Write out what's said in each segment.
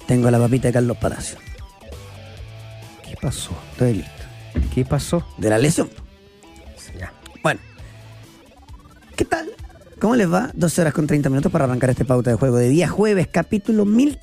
Tengo la papita de Carlos Palacio. ¿Qué pasó? Estoy listo. ¿Qué pasó? De la lesión. Ya. Bueno. ¿Qué tal? ¿Cómo les va? 12 horas con 30 minutos para arrancar este Pauta de Juego de día jueves, capítulo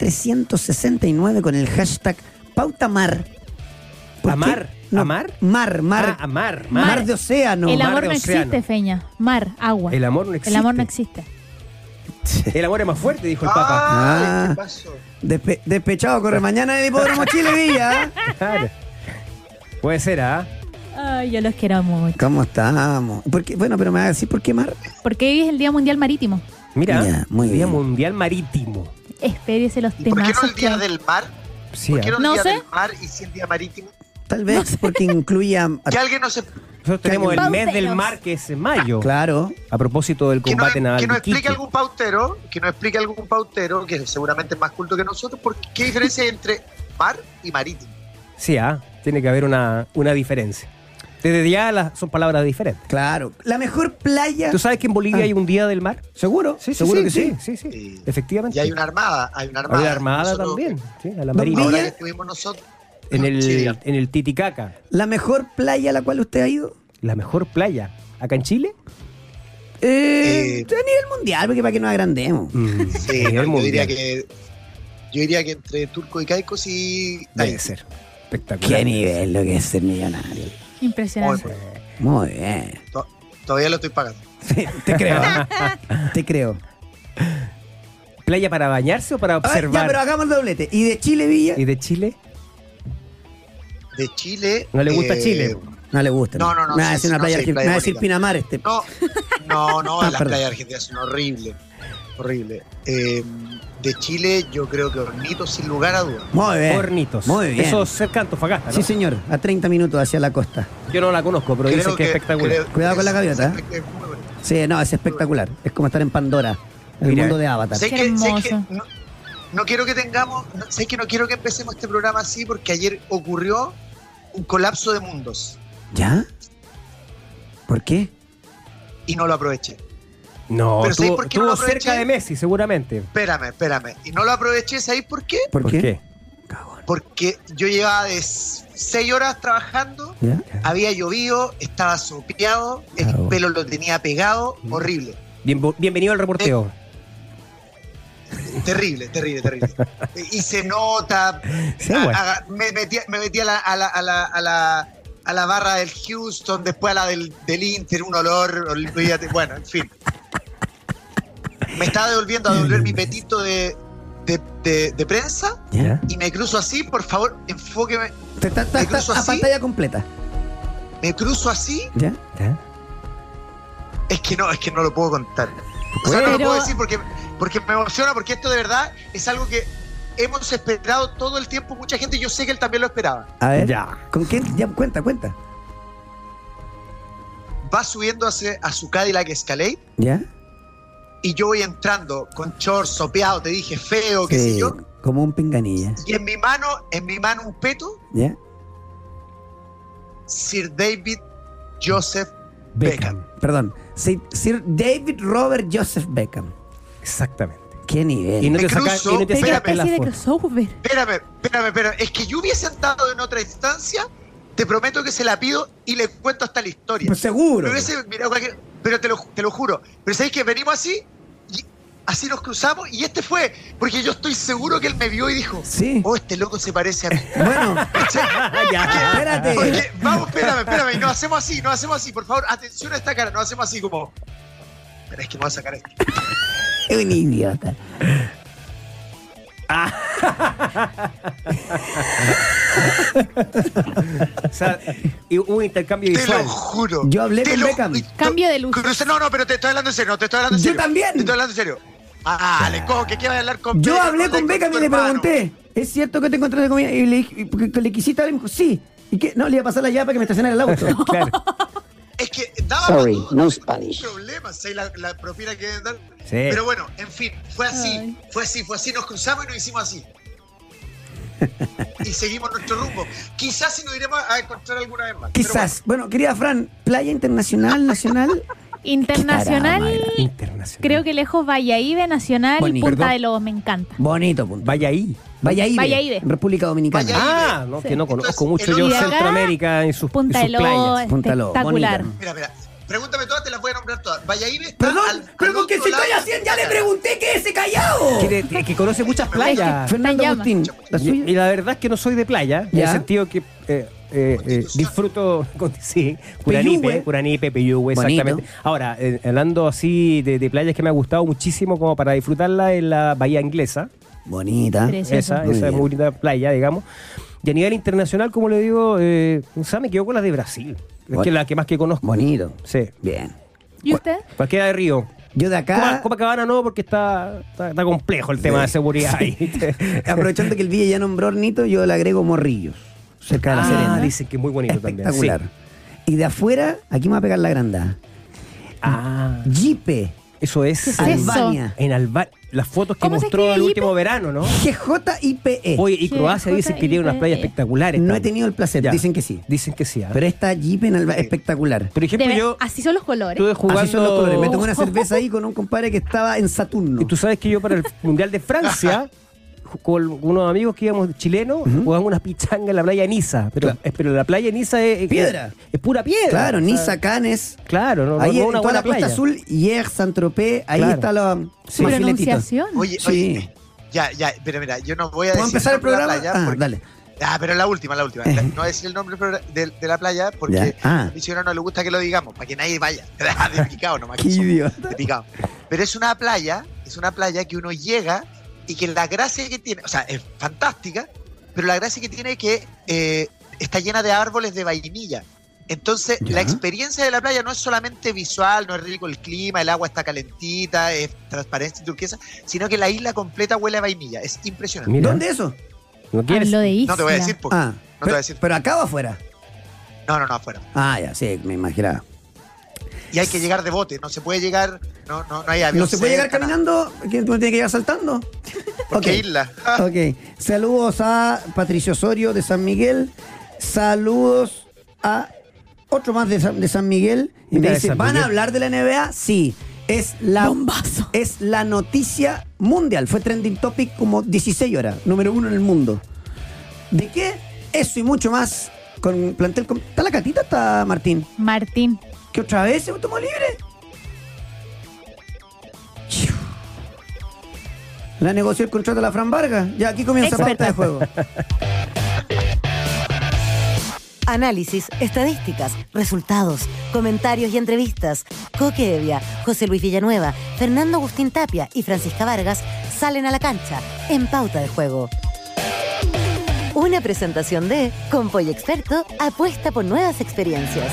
1369 con el hashtag PautaMar. ¿Por ¿Amar? qué? No, ¿Amar? Mar. Ah, amar. Mar de océano. El mar amor de no océano. existe, Feña. Mar, agua. El amor no existe. El amor no existe. El amor es más fuerte, dijo el Papa. Ah. ¿Qué pasó? Despechado corre mañana en el hipódromo Chile Villa. Claro. Puede ser, ¿ah? Ay, yo los quiero mucho. ¿Cómo estamos? ¿Por qué? Bueno, pero me va a decir por qué Mar. Porque hoy es el Día Mundial Marítimo. Mira, Ya, muy Día bien. Mundial Marítimo. Espérese los ¿Y por qué no temazos el día que... del mar? Sí, ¿Por qué no el No día sé. del mar y sí el día marítimo? Tal vez porque incluía. Que alguien no se... Nosotros tenemos el mes del Pauteros. mar, que es en mayo. Claro. A propósito del Que no, combate naval que nos de explique Iquique. algún pautero, que seguramente es más culto que nosotros, ¿qué diferencia hay entre mar y marítimo? Sí, tiene que haber una diferencia. Desde ya son palabras diferentes. Claro. La mejor playa. ¿Tú sabes que en Bolivia hay un día del mar? ¿Seguro? Seguro que sí. Sí. Efectivamente. Y hay una armada, Hay una armada Nosotros, también, sí, a la Don marina. Ahora Villa, que estuvimos nosotros... En Sí, dígame. el Titicaca, La mejor playa a la cual usted ha ido. la mejor playa. ¿Acá en Chile? A nivel mundial, porque para que nos agrandemos. Sí, A nivel no, yo mundial. diría que entre Turco y Caico sí... Debe ahí. ser. Espectacular. Qué nivel lo que es ser millonario. Impresionante. Muy bien. Todavía lo estoy pagando. Sí, te creo. Te creo. ¿Playa para bañarse o para A ver, observar? ya, pero hagamos el doblete. ¿Y de Chile, Villa? ¿Y de Chile? De Chile... ¿No le gusta Chile? No le gusta. No, Me va a decir una playa, sí, me va a decir bonita. Pinamar No, Ah, las perdón. playas argentinas son horribles. Horrible. De Chile yo creo que Hornitos sin lugar a dudas. Muy bien. Hornitos. Muy bien. Eso es cerca de Antofagasta, ¿no? Sí, señor. A 30 minutos hacia la costa. Yo no la conozco, pero dicen que es espectacular. Cuidado con la gaviota, Es muy bueno. Sí, no, es espectacular. Es como estar en Pandora. El Mira. mundo de Avatar. Sé Qué que hermoso. no quiero que tengamos, sé que no quiero que empecemos este programa así porque ayer ocurrió un colapso de mundos ¿Ya? ¿Por qué? y no lo aproveché. No, Pero ¿sabes por qué no lo estuvo cerca aproveché? de Messi, seguramente. Espérame. Y no lo aproveché, ¿sabéis por qué? ¿Por qué? Cagón. Porque yo llevaba de 6 horas trabajando, ¿Ya? había llovido, estaba sopeado, el Cagón. pelo lo tenía pegado, horrible. Bienvenido al reporteo. Terrible. Y se nota. Sí, bueno. Me metí a la barra del Houston, después a la del Inter, un olor. Olvídate. Bueno, en fin. Me estaba devolviendo a devolver mi petito de prensa ¿Ya? y me cruzo así, por favor, enfóqueme. Está Me cruzo a así. pantalla completa. Me cruzo así, ¿Ya? ¿Ya? es que no lo puedo contar. O sea, no lo Pero- puedo decir porque me emociona, porque esto de verdad es algo que hemos esperado todo el tiempo. Mucha gente, yo sé que él también lo esperaba. A ver. Ya. ¿Con quién? Ya, cuenta. Va subiendo a su Cadillac Escalade ¿Ya? y yo voy entrando con shorts sopeado, te dije feo, qué sé Sí, yo. como un pinganilla. Y en mi mano un peto, ¿Ya? Sir David Joseph Beckham. Perdón. Sir David Robert Joseph Beckham. Exactamente. Qué nivel. Y no Me te sacas cruzo, y no te Pero sacaste la casi de foto. crossover. Espérame. Es que yo hubiese andado en otra instancia, te prometo que se la pido y le cuento hasta la historia. Pues seguro. Me hubiese mirado pero te lo juro. Pero ¿sabéis que venimos así? Y así nos cruzamos y este fue. Porque yo estoy seguro que él me vio y dijo, Sí. oh, este loco se parece a mí. Bueno, Ya. espérate. Porque, vamos, espérame. Y nos hacemos así. Por favor, atención a esta cara. Nos hacemos así como... Pero es que me voy a sacar esto. Es un idiota. O sea, y hubo un intercambio Te visual. lo juro. Yo hablé Te con lo- Beckham. Cambio de luz. No, pero te estoy hablando en serio. No, te estoy hablando en Yo serio. también. Te estoy hablando en serio. Dale, coge, ¿qué vas a hablar con Yo Beckham? hablé No con le Beckham y tu le hermano. pregunté, ¿es cierto que te encontraste con ella? Y le quisiste hablar y me dijo, sí. ¿Y qué? No, le iba a pasar la llave para que me estacionara el auto. Claro. Es que daba Sorry, para todo, no no Spanish. problemas, ¿sabes la propina que deben dar? Sí. Pero bueno, en fin, fue así, Ay. fue así, nos cruzamos y nos hicimos así. Y seguimos nuestro rumbo. Quizás si nos iremos a encontrar alguna vez más. pero Quizás. Bueno, querida Fran, playa internacional, nacional. Internacional, Caramba, Internacional. creo que lejos Valladolid, Nacional Bonito. y Punta Perdón. de Lobos, me encanta. Bonito punto. Vaya ahí. Valladolid. República Dominicana. Valladolid. Ah, no, Sí. que no Entonces, conozco mucho el yo otro- Centroamérica en sus Punta en sus del playas. Oeste, Punta del Oeste, espectacular. bonita. Mira, pregúntame todas, te las voy a nombrar todas. Valladolid está Perdón, al otro lado de- pregunté qué es ese callado. Que conoce muchas playas. Fernando llama. Agustín, la Y suya. la verdad es que no soy de playa, en ¿Ya? el sentido que disfruto, sí, Peyúgue. Curanipe, Peyúgue, exactamente. Bonito. Ahora, hablando así de playas que me ha gustado muchísimo como para disfrutarla en la Bahía Inglesa, Bonita. Precioso. esa Muy es bien. muy linda playa, digamos. Y a nivel internacional, como le digo, o sea, me quedo con las de Brasil, es que la que más que conozco. Bonito. Sí. Bien. ¿Y usted? Cualquiera de Río. Yo de acá, Copacabana no, porque está complejo el tema de seguridad ahí. aprovechando que el Villa ya nombró Hornito, yo le agrego Morrillos, cerca de La Serena. Dicen que es muy bonito también. Espectacular. Sí. Y de afuera, aquí me va a pegar la granda. Ah, Jipe, eso es. ¿Qué es Albania. En Albania. Las fotos que ¿Cómo se mostró escribe el Jipe? último verano, ¿no? GJIPE. Oye, y Croacia dicen que tiene unas playas espectalares. No he también. tenido el placer, Ya. dicen que sí. Dicen que sí. ¿ah? Pero esta Jipe en Albania, Sí. espectacular. Por ejemplo, yo Así son los colores. estuve jugando. Así son los colores. Me tomé una cerveza ahí con un compadre que estaba en Saturno. Y tú sabes que yo para el Mundial de Francia, con unos amigos que íbamos chilenos, jugamos una pichanga en la playa de Niza. Pero, Claro. pero la playa de Niza es Piedra. Es pura piedra. Claro, O sea, Niza, Canes. Claro, no, Ahí no en una toda buena la Costa playa. Azul, Hier, Saint-Tropez, ahí Claro. está la Sí. más filetito. Pronunciación. Oye, Sí. oye, ya, pero mira, yo no voy a ¿Puedo decir empezar el nombre de la programa? playa Ah, porque- dale. Ah, pero la última. No voy a decir el nombre de la playa porque Ya. Ah. a mi señora no le gusta que lo digamos, para que nadie vaya. De picado nomás. Qué que somos, idiota. de picado. Pero es una playa que uno llega y que la gracia que tiene, o sea, es fantástica, pero la gracia que tiene es que está llena de árboles de vainilla. Entonces, Ya. la experiencia de la playa no es solamente visual, no es rico el clima, el agua está calentita, es transparente y turquesa, sino que la isla completa huele a vainilla. Es impresionante. Mira, ¿Dónde eso? ¿no quieres? Hablo de isla. No te voy a decir porque. Ah, te voy pero, a decir. pero acá o afuera. No, afuera. Ah, ya, sí, me imaginaba. Y hay que llegar de bote, no se puede llegar, no hay avión. ¿No se puede llegar cerca, nada. caminando? ¿Que uno tiene que llegar saltando? ¿Por qué Ok. isla? Ok. Saludos a Patricio Osorio de San Miguel. Saludos a otro más de San Miguel. Y Mira, me de dice, San ¿van a Miguel. hablar de la NBA? Sí. Es la noticia mundial. Fue trending topic como 16 horas. Número 1 en el mundo. ¿De qué? Eso y mucho más con plantel. ¿Está la Catita? ¿Está Martín? Martín. ¿Que otra vez se tomó libre? Chiu. La negoció el contrato a la Fran Vargas. Ya, aquí comienza pauta Experta. de juego. Análisis, estadísticas, resultados, comentarios y entrevistas. Coque Evia, José Luis Villanueva, Fernando Agustín Tapia y Francisca Vargas salen a la cancha en Pauta de Juego. Una presentación de Compoy Experto apuesta por nuevas experiencias.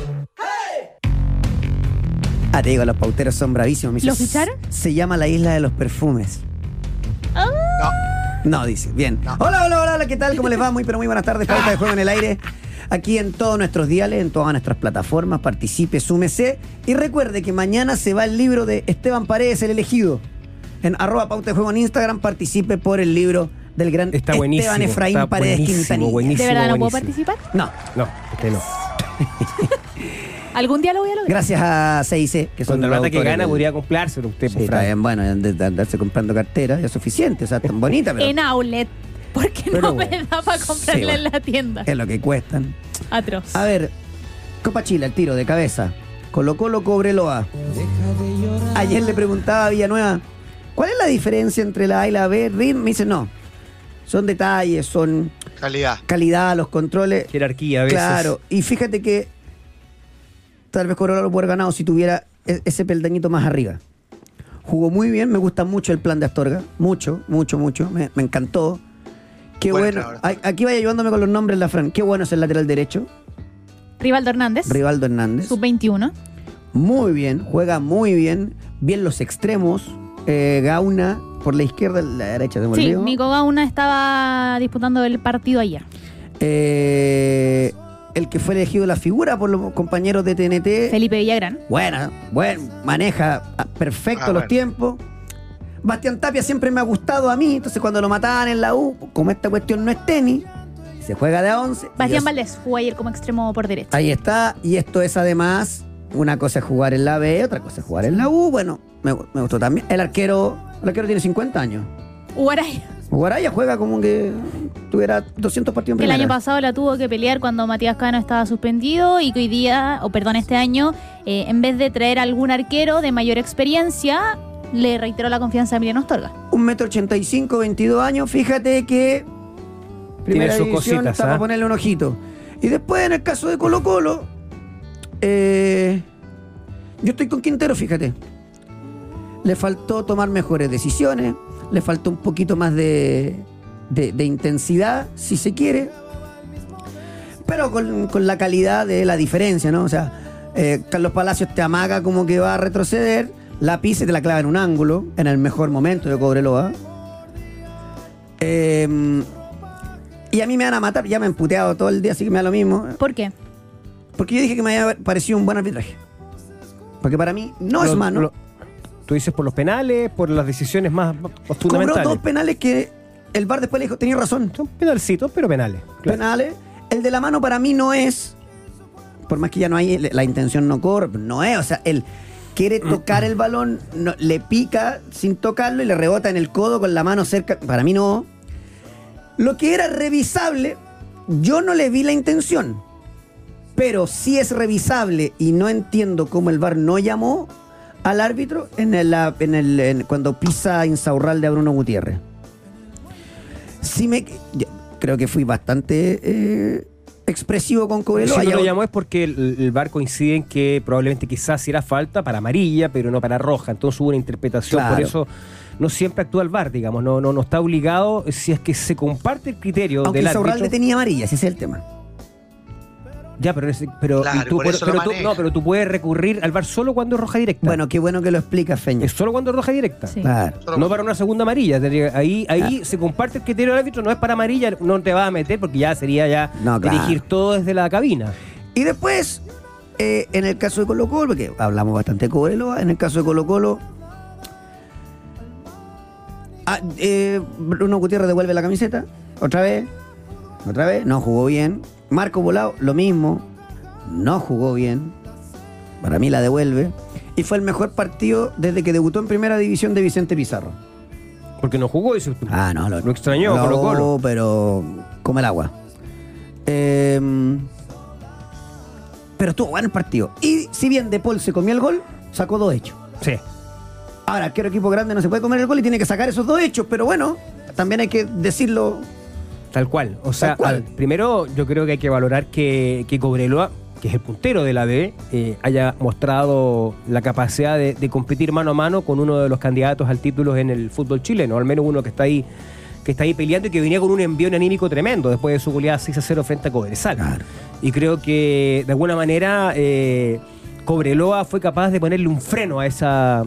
Ah, te digo, los pauteros son bravísimos. Me dice, ¿Lo ficharon? Se llama la isla de los perfumes. No. No, dice. Bien. No. Hola, ¿qué tal? ¿Cómo les va? Muy, pero muy buenas tardes. Pauta de juego en el aire. Aquí en todos nuestros diales, en todas nuestras plataformas. Participe, súmese. Y recuerde que mañana se va el libro de Esteban Paredes, El Elegido. En @pauta de juego en Instagram, participe por el libro del gran Está buenísimo. Esteban Efraín está Paredes buenísimo, Quintanilla. buenísimo, ¿De verdad no puedo buenísimo. participar? No, No, este no. Algún día lo voy a lograr. gracias a CIC, que son Con la los plata que autores gana del- podría comprárselo usted, Sí, pues, está Fran. bien, bueno, de andarse comprando cartera ya es suficiente, o sea, tan bonita, pero En outlet. Porque Pero no bueno. me da para comprarla Sí, bueno. en la tienda. es lo que cuestan. Atroz. A ver, Copa Chile, el tiro de cabeza. Colo Colo Cobreloa. Ayer le preguntaba a Villanueva, ¿cuál es la diferencia entre la A y la B? Me dice, no. Son detalles, son Calidad. calidad, los controles. Jerarquía a veces. Claro, y fíjate que tal vez Cobreloa lo puede haber ganado si tuviera ese peldañito más arriba. Jugó muy bien, me gusta mucho el plan de Astorga. Mucho. Me encantó. Qué Buen bueno. entrenador. Aquí vaya ayudándome con los nombres, la Fran. Qué bueno es el lateral derecho. Rivaldo Hernández. Rivaldo Hernández. Sub-21. Muy bien, juega muy bien. Bien los extremos. Gauna por la izquierda, la derecha, se me Sí, olvidó. Nico Gauna estaba disputando el partido ayer. El que fue elegido la figura por los compañeros de TNT. Felipe Villagrán. Maneja perfecto los Bueno. tiempos. Bastián Tapia siempre me ha gustado a mí, entonces cuando lo mataban en la U, como esta cuestión no es tenis, se juega de a 11. Bastián Yo- Valdés jugó ayer como extremo por derecha. Ahí está, y esto es además, una cosa es jugar en la B, otra cosa es jugar en la U. Bueno, me gustó también. El arquero tiene 50 años. Ugaray. Guaraya juega como que tuviera 200 partidos en Que el primera. año pasado la tuvo que pelear cuando Matías Cano estaba suspendido y que hoy día, este año, en vez de traer algún arquero de mayor experiencia, le reiteró la confianza a Emiliano Astorga. 1,85 m, 22 años. Fíjate que primera sus división cositas, está para ponerle un ojito. Y después en el caso de Colo-Colo, yo estoy con Quintero, fíjate. Le faltó tomar mejores decisiones, le faltó un poquito más de intensidad, si se quiere, pero con la calidad de la diferencia, ¿no? O sea, Carlos Palacios te amaga como que va a retroceder, la pisa y te la clava en un ángulo, en el mejor momento de Cobreloa. Y a mí me van a matar, ya me he emputeado todo el día, así que me da lo mismo. ¿Por qué? Porque yo dije que me había parecido un buen arbitraje. Porque para mí no es mano. Tú dices por los penales, por las decisiones más fundamentales. Cobró 2 penales que el VAR después le dijo, tenía razón. Son penalcitos, pero penales. Claro. Penales. El de la mano para mí no es, por más que ya no hay, la intención no corre, no es, o sea, él quiere tocar el balón, le pica sin tocarlo y le rebota en el codo con la mano cerca. Para mí no. Lo que era revisable, yo no le vi la intención. Pero sí es revisable y no entiendo cómo el VAR no llamó al árbitro cuando pisa Insaurralde a Bruno Gutiérrez. Yo creo que fui bastante expresivo con Cobreloa. Si no lo llamó es porque el VAR coincide en que probablemente quizás sí era falta para amarilla, pero no para roja. Entonces hubo una interpretación, Claro. por eso no siempre actúa el VAR, digamos. No está obligado, si es que se comparte el criterio Aunque del Insaurralde árbitro. tenía amarilla, ese es el tema. Ya, pero Claro, por eso lo maneja. pero tú puedes recurrir al VAR solo cuando es roja directa. Bueno, qué bueno que lo explica Feña. Es solo cuando es roja directa. Sí. Claro. No para una segunda amarilla. Ahí se comparte el criterio del árbitro, no es para amarilla, no te vas a meter porque ya sería No, claro. dirigir todo desde la cabina. Y después, en el caso de Colo-Colo, porque hablamos bastante de Cobreloa, en el caso de Colo-Colo, Bruno Gutiérrez devuelve la camiseta, otra vez, no jugó bien. Marco Volado, lo mismo, no jugó bien, para mí la devuelve. Y fue el mejor partido desde que debutó en primera división de Vicente Pizarro. Porque no jugó, dices tú. Lo extrañó, no, Colo-Colo. pero como el agua. Pero estuvo bueno el partido. Y si bien De Paul se comió el gol, sacó 2 hechos. Sí. Ahora, arquero equipo grande no se puede comer el gol y tiene que sacar esos 2 hechos, pero bueno, también hay que decirlo. Tal cual. O sea, Tal cual. Primero yo creo que hay que valorar que Cobreloa, que es el puntero de la B, haya mostrado la capacidad de competir mano a mano con uno de los candidatos al título en el fútbol chileno, al menos uno que está ahí peleando y que venía con un envión anímico tremendo después de su goleada 6-0 frente a Cobresal. Claro. Y creo que de alguna manera Cobreloa fue capaz de ponerle un freno a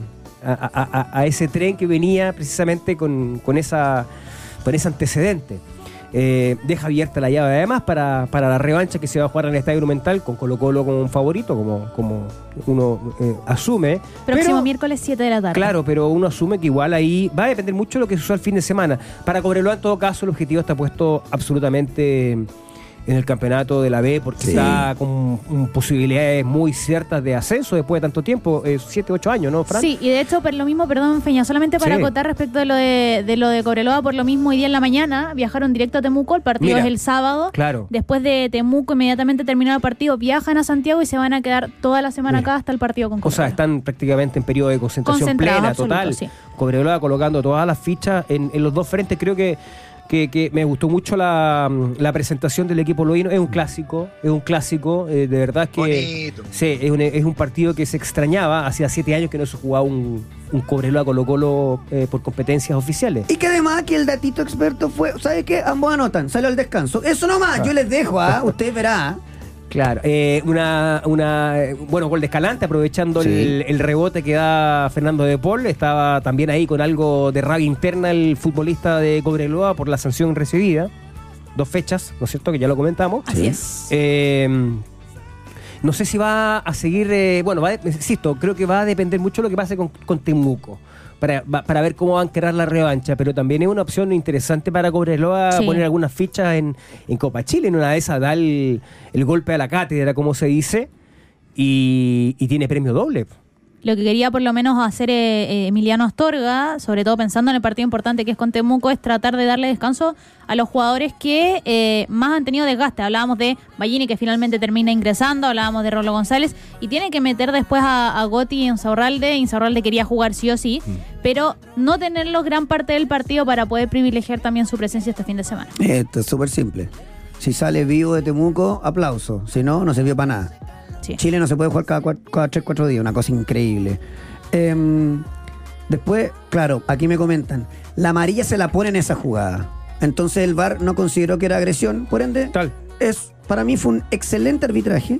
ese tren que venía precisamente con ese antecedente. Deja abierta la llave además para la revancha que se va a jugar en el Estadio Monumental con Colo-Colo como un favorito, como uno asume. Próximo Pero, miércoles 7 de la tarde. claro, pero uno asume que igual ahí va a depender mucho de lo que suceda el fin de semana. Para Cobreloa, en todo caso, el objetivo está puesto absolutamente en el campeonato de la B, porque Sí. está con posibilidades muy ciertas de ascenso después de tanto tiempo, 7, 8 años, ¿no, Fran? Sí, y de hecho, por lo mismo, perdón, Feña, solamente para Sí. acotar respecto de lo de Cobreloa, por lo mismo, hoy día en la mañana viajaron directo a Temuco, el partido Mira. es el sábado. Claro. Después de Temuco, inmediatamente terminado el partido, viajan a Santiago y se van a quedar toda la semana Mira. acá hasta el partido con O sea, Cobreloa. están prácticamente en periodo de concentración Concentrados, plena, absoluto, total. sí. Cobreloa colocando todas las fichas en los dos frentes. Creo que me gustó mucho la presentación del equipo loíno. Es un clásico, de verdad que Bonito. sí, es un partido que se extrañaba. Hacía 7 años que no se jugaba un Cobreloa Colo-Colo por competencias oficiales. Y que además aquí el datito experto fue, ¿sabe qué? Ambos anotan, salió al descanso. Eso nomás, yo les dejo, usted verá. Claro, bueno, gol de Escalante, aprovechando Sí. el rebote que da Fernando de Paul. Estaba también ahí con algo de rabia interna el futbolista de Cobreloa por la sanción recibida. 2 fechas, ¿no es cierto? Que ya lo comentamos. Así es. No sé si va a seguir, insisto, creo que va a depender mucho de lo que pase con Temuco. Para ver cómo van a quedar la revancha, pero también es una opción interesante para Cobreloa Sí. poner algunas fichas en Copa Chile. En una de esas da el golpe a la cátedra, como se dice, y tiene premio doble. Lo que quería por lo menos hacer Emiliano Astorga, sobre todo pensando en el partido importante que es con Temuco, es tratar de darle descanso a los jugadores que más han tenido desgaste. Hablábamos de Ballini, que finalmente termina ingresando, hablábamos de Rolo González, y tiene que meter después a Gotti y Insaurralde. Insaurralde quería jugar sí o sí, pero no tenerlos gran parte del partido para poder privilegiar también su presencia este fin de semana. Esto es súper simple. Si sale vivo de Temuco, aplauso. Si no, no sirvió para nada. Sí. Chile no se puede jugar cada 3-4 días, una cosa increíble. Después, claro, aquí me comentan, la amarilla se la pone en esa jugada. Entonces el VAR no consideró que era agresión, por ende, para mí fue un excelente arbitraje.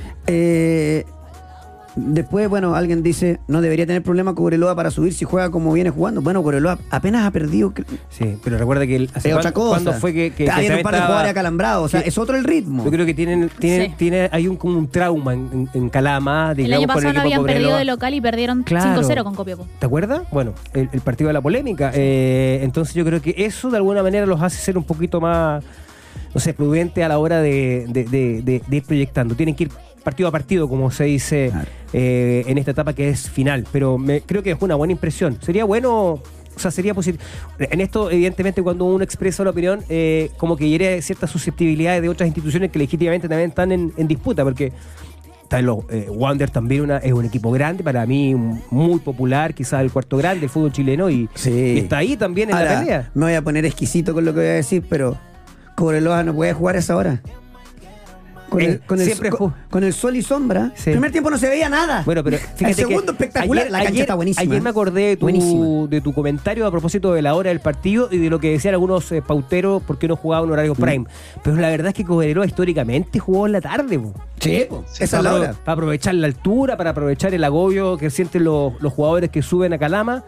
Después, bueno, alguien dice, no debería tener problema Cobreloa para subir si juega como viene jugando. Bueno, Cobreloa apenas ha perdido. Sí, pero recuerda que Es otra cosa. ¿Cuándo fue que hay un par de jugadores acalambrados, o sea, Sí. es otro el ritmo. Yo creo que hay como un trauma en Calama, digamos, El año con pasado el no equipo habían perdido Cobreloa. de local y perdieron Claro. 5-0 con Copiapó. ¿Te acuerdas? Bueno, el partido de la polémica. Entonces yo creo que eso de alguna manera los hace ser un poquito más, no sé, prudente a la hora de ir proyectando. Tienen que ir partido a partido, como se dice, Claro. en esta etapa que es final. Pero creo que es una buena impresión. Sería bueno, o sea, sería positivo. En esto, evidentemente, cuando uno expresa una opinión, como que hiere ciertas susceptibilidades de otras instituciones que legítimamente también están en disputa, porque Wander también es un equipo grande, para mí muy popular, quizás el cuarto grande del fútbol chileno, y está ahí también en Ahora, la pelea. me voy a poner exquisito con lo que voy a decir, pero Cobreloa no puede jugar a esa hora. Siempre Con el sol y sombra. Sí. Primer tiempo no se veía nada. Bueno, pero fíjate el segundo que espectacular. La cancha está buenísima. Ayer me acordé Buenísima. de tu comentario a propósito de la hora del partido y de lo que decían algunos pauteros porque no jugaba un horario prime. Pero la verdad es que Cobreloa históricamente jugó en la tarde. Sí, esa es la hora. Para aprovechar la altura, para aprovechar el agobio que sienten los jugadores que suben a Calama.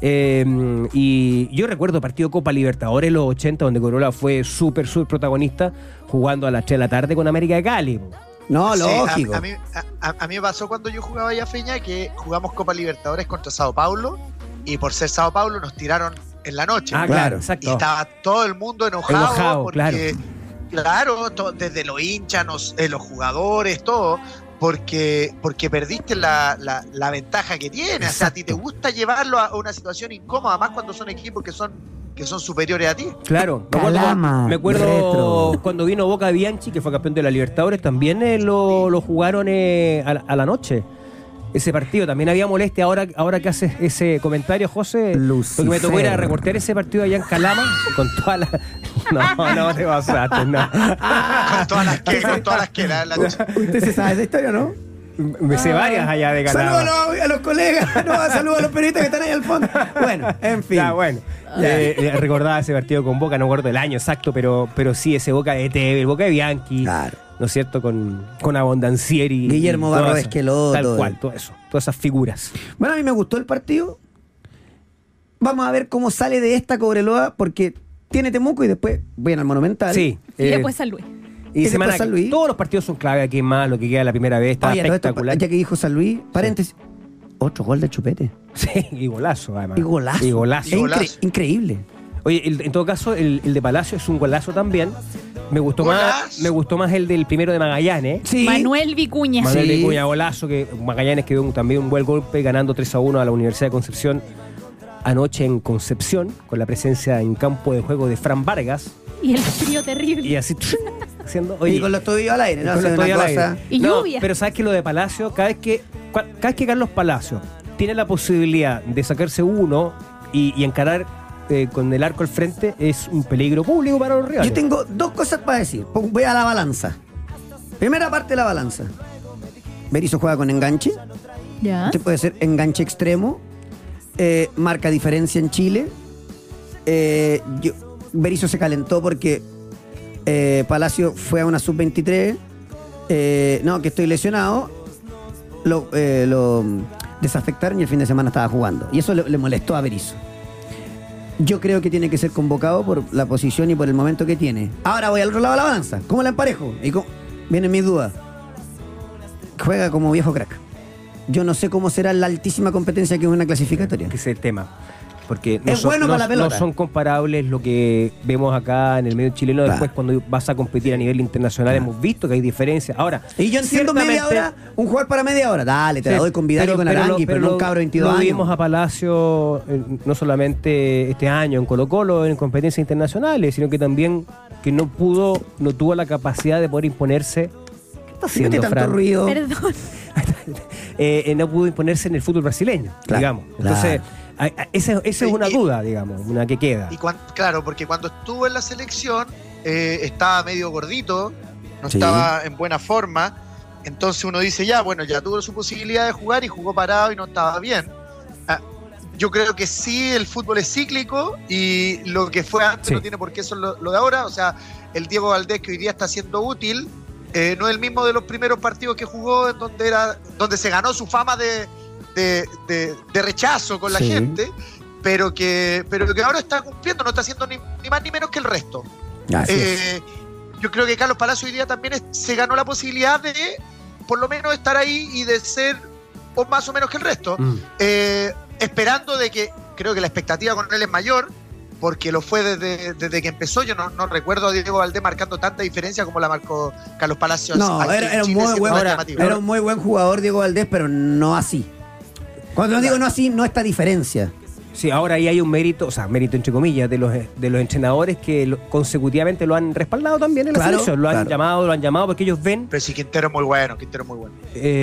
Y yo recuerdo partido Copa Libertadores en los 80, donde Cobreloa fue súper protagonista, jugando a las 3 de la tarde con América de Cali. No, Sí, lógico. A mí me pasó cuando yo jugaba allá a Feña que jugamos Copa Libertadores contra Sao Paulo y por ser Sao Paulo nos tiraron en la noche. Ah, claro, exacto. Y estaba todo el mundo enojado porque, claro, desde los hinchas, los jugadores, todo, porque perdiste la ventaja que tiene. O sea, a ti te gusta llevarlo a una situación incómoda, más cuando son equipos que son superiores a ti. Claro, Calama, me acuerdo retro. cuando vino Boca Bianchi, que fue campeón de la Libertadores, también lo jugaron a la noche. Ese partido también había molestia. Ahora que haces ese comentario, José, Lucifer. porque me tocó ir a reportear ese partido allá en Calama con toda la. No te pasaste, no. Con todas las que ¿Usted se sabe esa historia, no? Me sé varias allá de Calama. Saludos a los colegas, saludos a los periodistas que están ahí al fondo. Bueno, en fin. Ya, bueno. Recordaba ese partido con Boca, no recuerdo el año exacto, pero sí, ese Boca de Teve, el Boca de Bianchi. Claro. ¿No es cierto? Con Abondancieri. Guillermo y todas Barro esas- Esqueloto. Tal cual, todo eso. Todas esas figuras. Bueno, a mí me gustó el partido. Vamos a ver cómo sale de esta Cobreloa, porque tiene Temuco y después viene al Monumental. Sí. Y después San Luis. Y después semana San Luis. todos los partidos son clave aquí más, lo que queda la primera vez, está Oye, todo esto, espectacular. ya que dijo San Luis, paréntesis. Otro gol de Chupete. Sí, y golazo, además. Y golazo. Y golazo. Es Golazo. increíble. Oye, en todo caso, el de Palacio es un golazo también. Me gustó más el del primero de Magallanes. Sí. Manuel Vicuña. Manuel Sí. Vicuña, golazo, que Magallanes quedó también un buen golpe ganando 3-1 a la Universidad de Concepción anoche en Concepción, con la presencia en campo de juego de Fran Vargas. Y el frío terrible. Y así haciendo. Y con los tobillos al aire, ¿no? con O sea, los una tobillos al cosa- aire. Y No, lluvia. pero sabes que lo de Palacio, cada vez que Carlos Palacio tiene la posibilidad de sacarse uno y encarar con el arco al frente, es un peligro público para los rivales. Yo tengo dos cosas para decir. Voy a la balanza. Primera parte de la balanza. Berizzo juega con enganche. Ya. Este puede ser enganche extremo. Marca diferencia en Chile. Berizzo se calentó porque Palacio fue a una sub-23. No, que estoy lesionado. Lo desafectaron y el fin de semana estaba jugando. Y eso le molestó a Berizzo. Yo creo que tiene que ser convocado por la posición y por el momento que tiene. Ahora voy al otro lado de la balanza. ¿Cómo la emparejo? Vienen mis dudas. Juega como viejo crack. Yo no sé cómo será la altísima competencia que es una clasificatoria. Que ese es el tema. Porque Es bueno para la pelota. no son comparables lo que vemos acá en el medio chileno. Claro. Después, cuando vas a competir a nivel internacional, Claro. hemos visto que hay diferencias. Ahora, Y yo entiendo media hora, un jugador para media hora. Dale, te la doy con Vidal y con Arangui, pero no un cabro de 22 lo años. vimos a Palacio no solamente este año en Colo-Colo, en competencias internacionales, sino que también que no tuvo la capacidad de poder imponerse. ¿Qué está ¿Por qué haciendo, tanto Fran? ruido? Perdón. No pudo imponerse en el fútbol brasileño, Claro, digamos. Entonces, esa es una Y- duda, digamos, una que queda. Claro, porque cuando estuvo en la selección estaba medio gordito, no Sí. estaba en buena forma. Entonces uno dice, ya, bueno, ya tuvo su posibilidad de jugar y jugó parado y no estaba bien. Ah, yo creo que sí, el fútbol es cíclico y lo que fue antes Sí. no tiene por qué ser lo de ahora. O sea, el Diego Valdés que hoy día está siendo útil no es el mismo de los primeros partidos que jugó, en donde se ganó su fama de rechazo con la Sí. gente, pero que ahora está cumpliendo, no está haciendo ni más ni menos que el resto. Así es. Yo creo que Carlos Palacio hoy día también se ganó la posibilidad de por lo menos estar ahí y de ser o más o menos que el resto, esperando de que creo que la expectativa con él es mayor, porque lo fue desde que empezó. Yo no recuerdo a Diego Valdés marcando tanta diferencia como la marcó Carlos Palacios. No, aquí en era un Chile, muy siendo buen, más llamativo. era un muy buen jugador Diego Valdés, pero no así. Cuando digo no así, no esta diferencia. Sí, ahora ahí hay un mérito, o sea, mérito entre comillas, de los entrenadores que consecutivamente lo han respaldado también en la Claro, selección. Lo han llamado porque ellos ven. Pero sí, Quintero es muy bueno, Quintero es bueno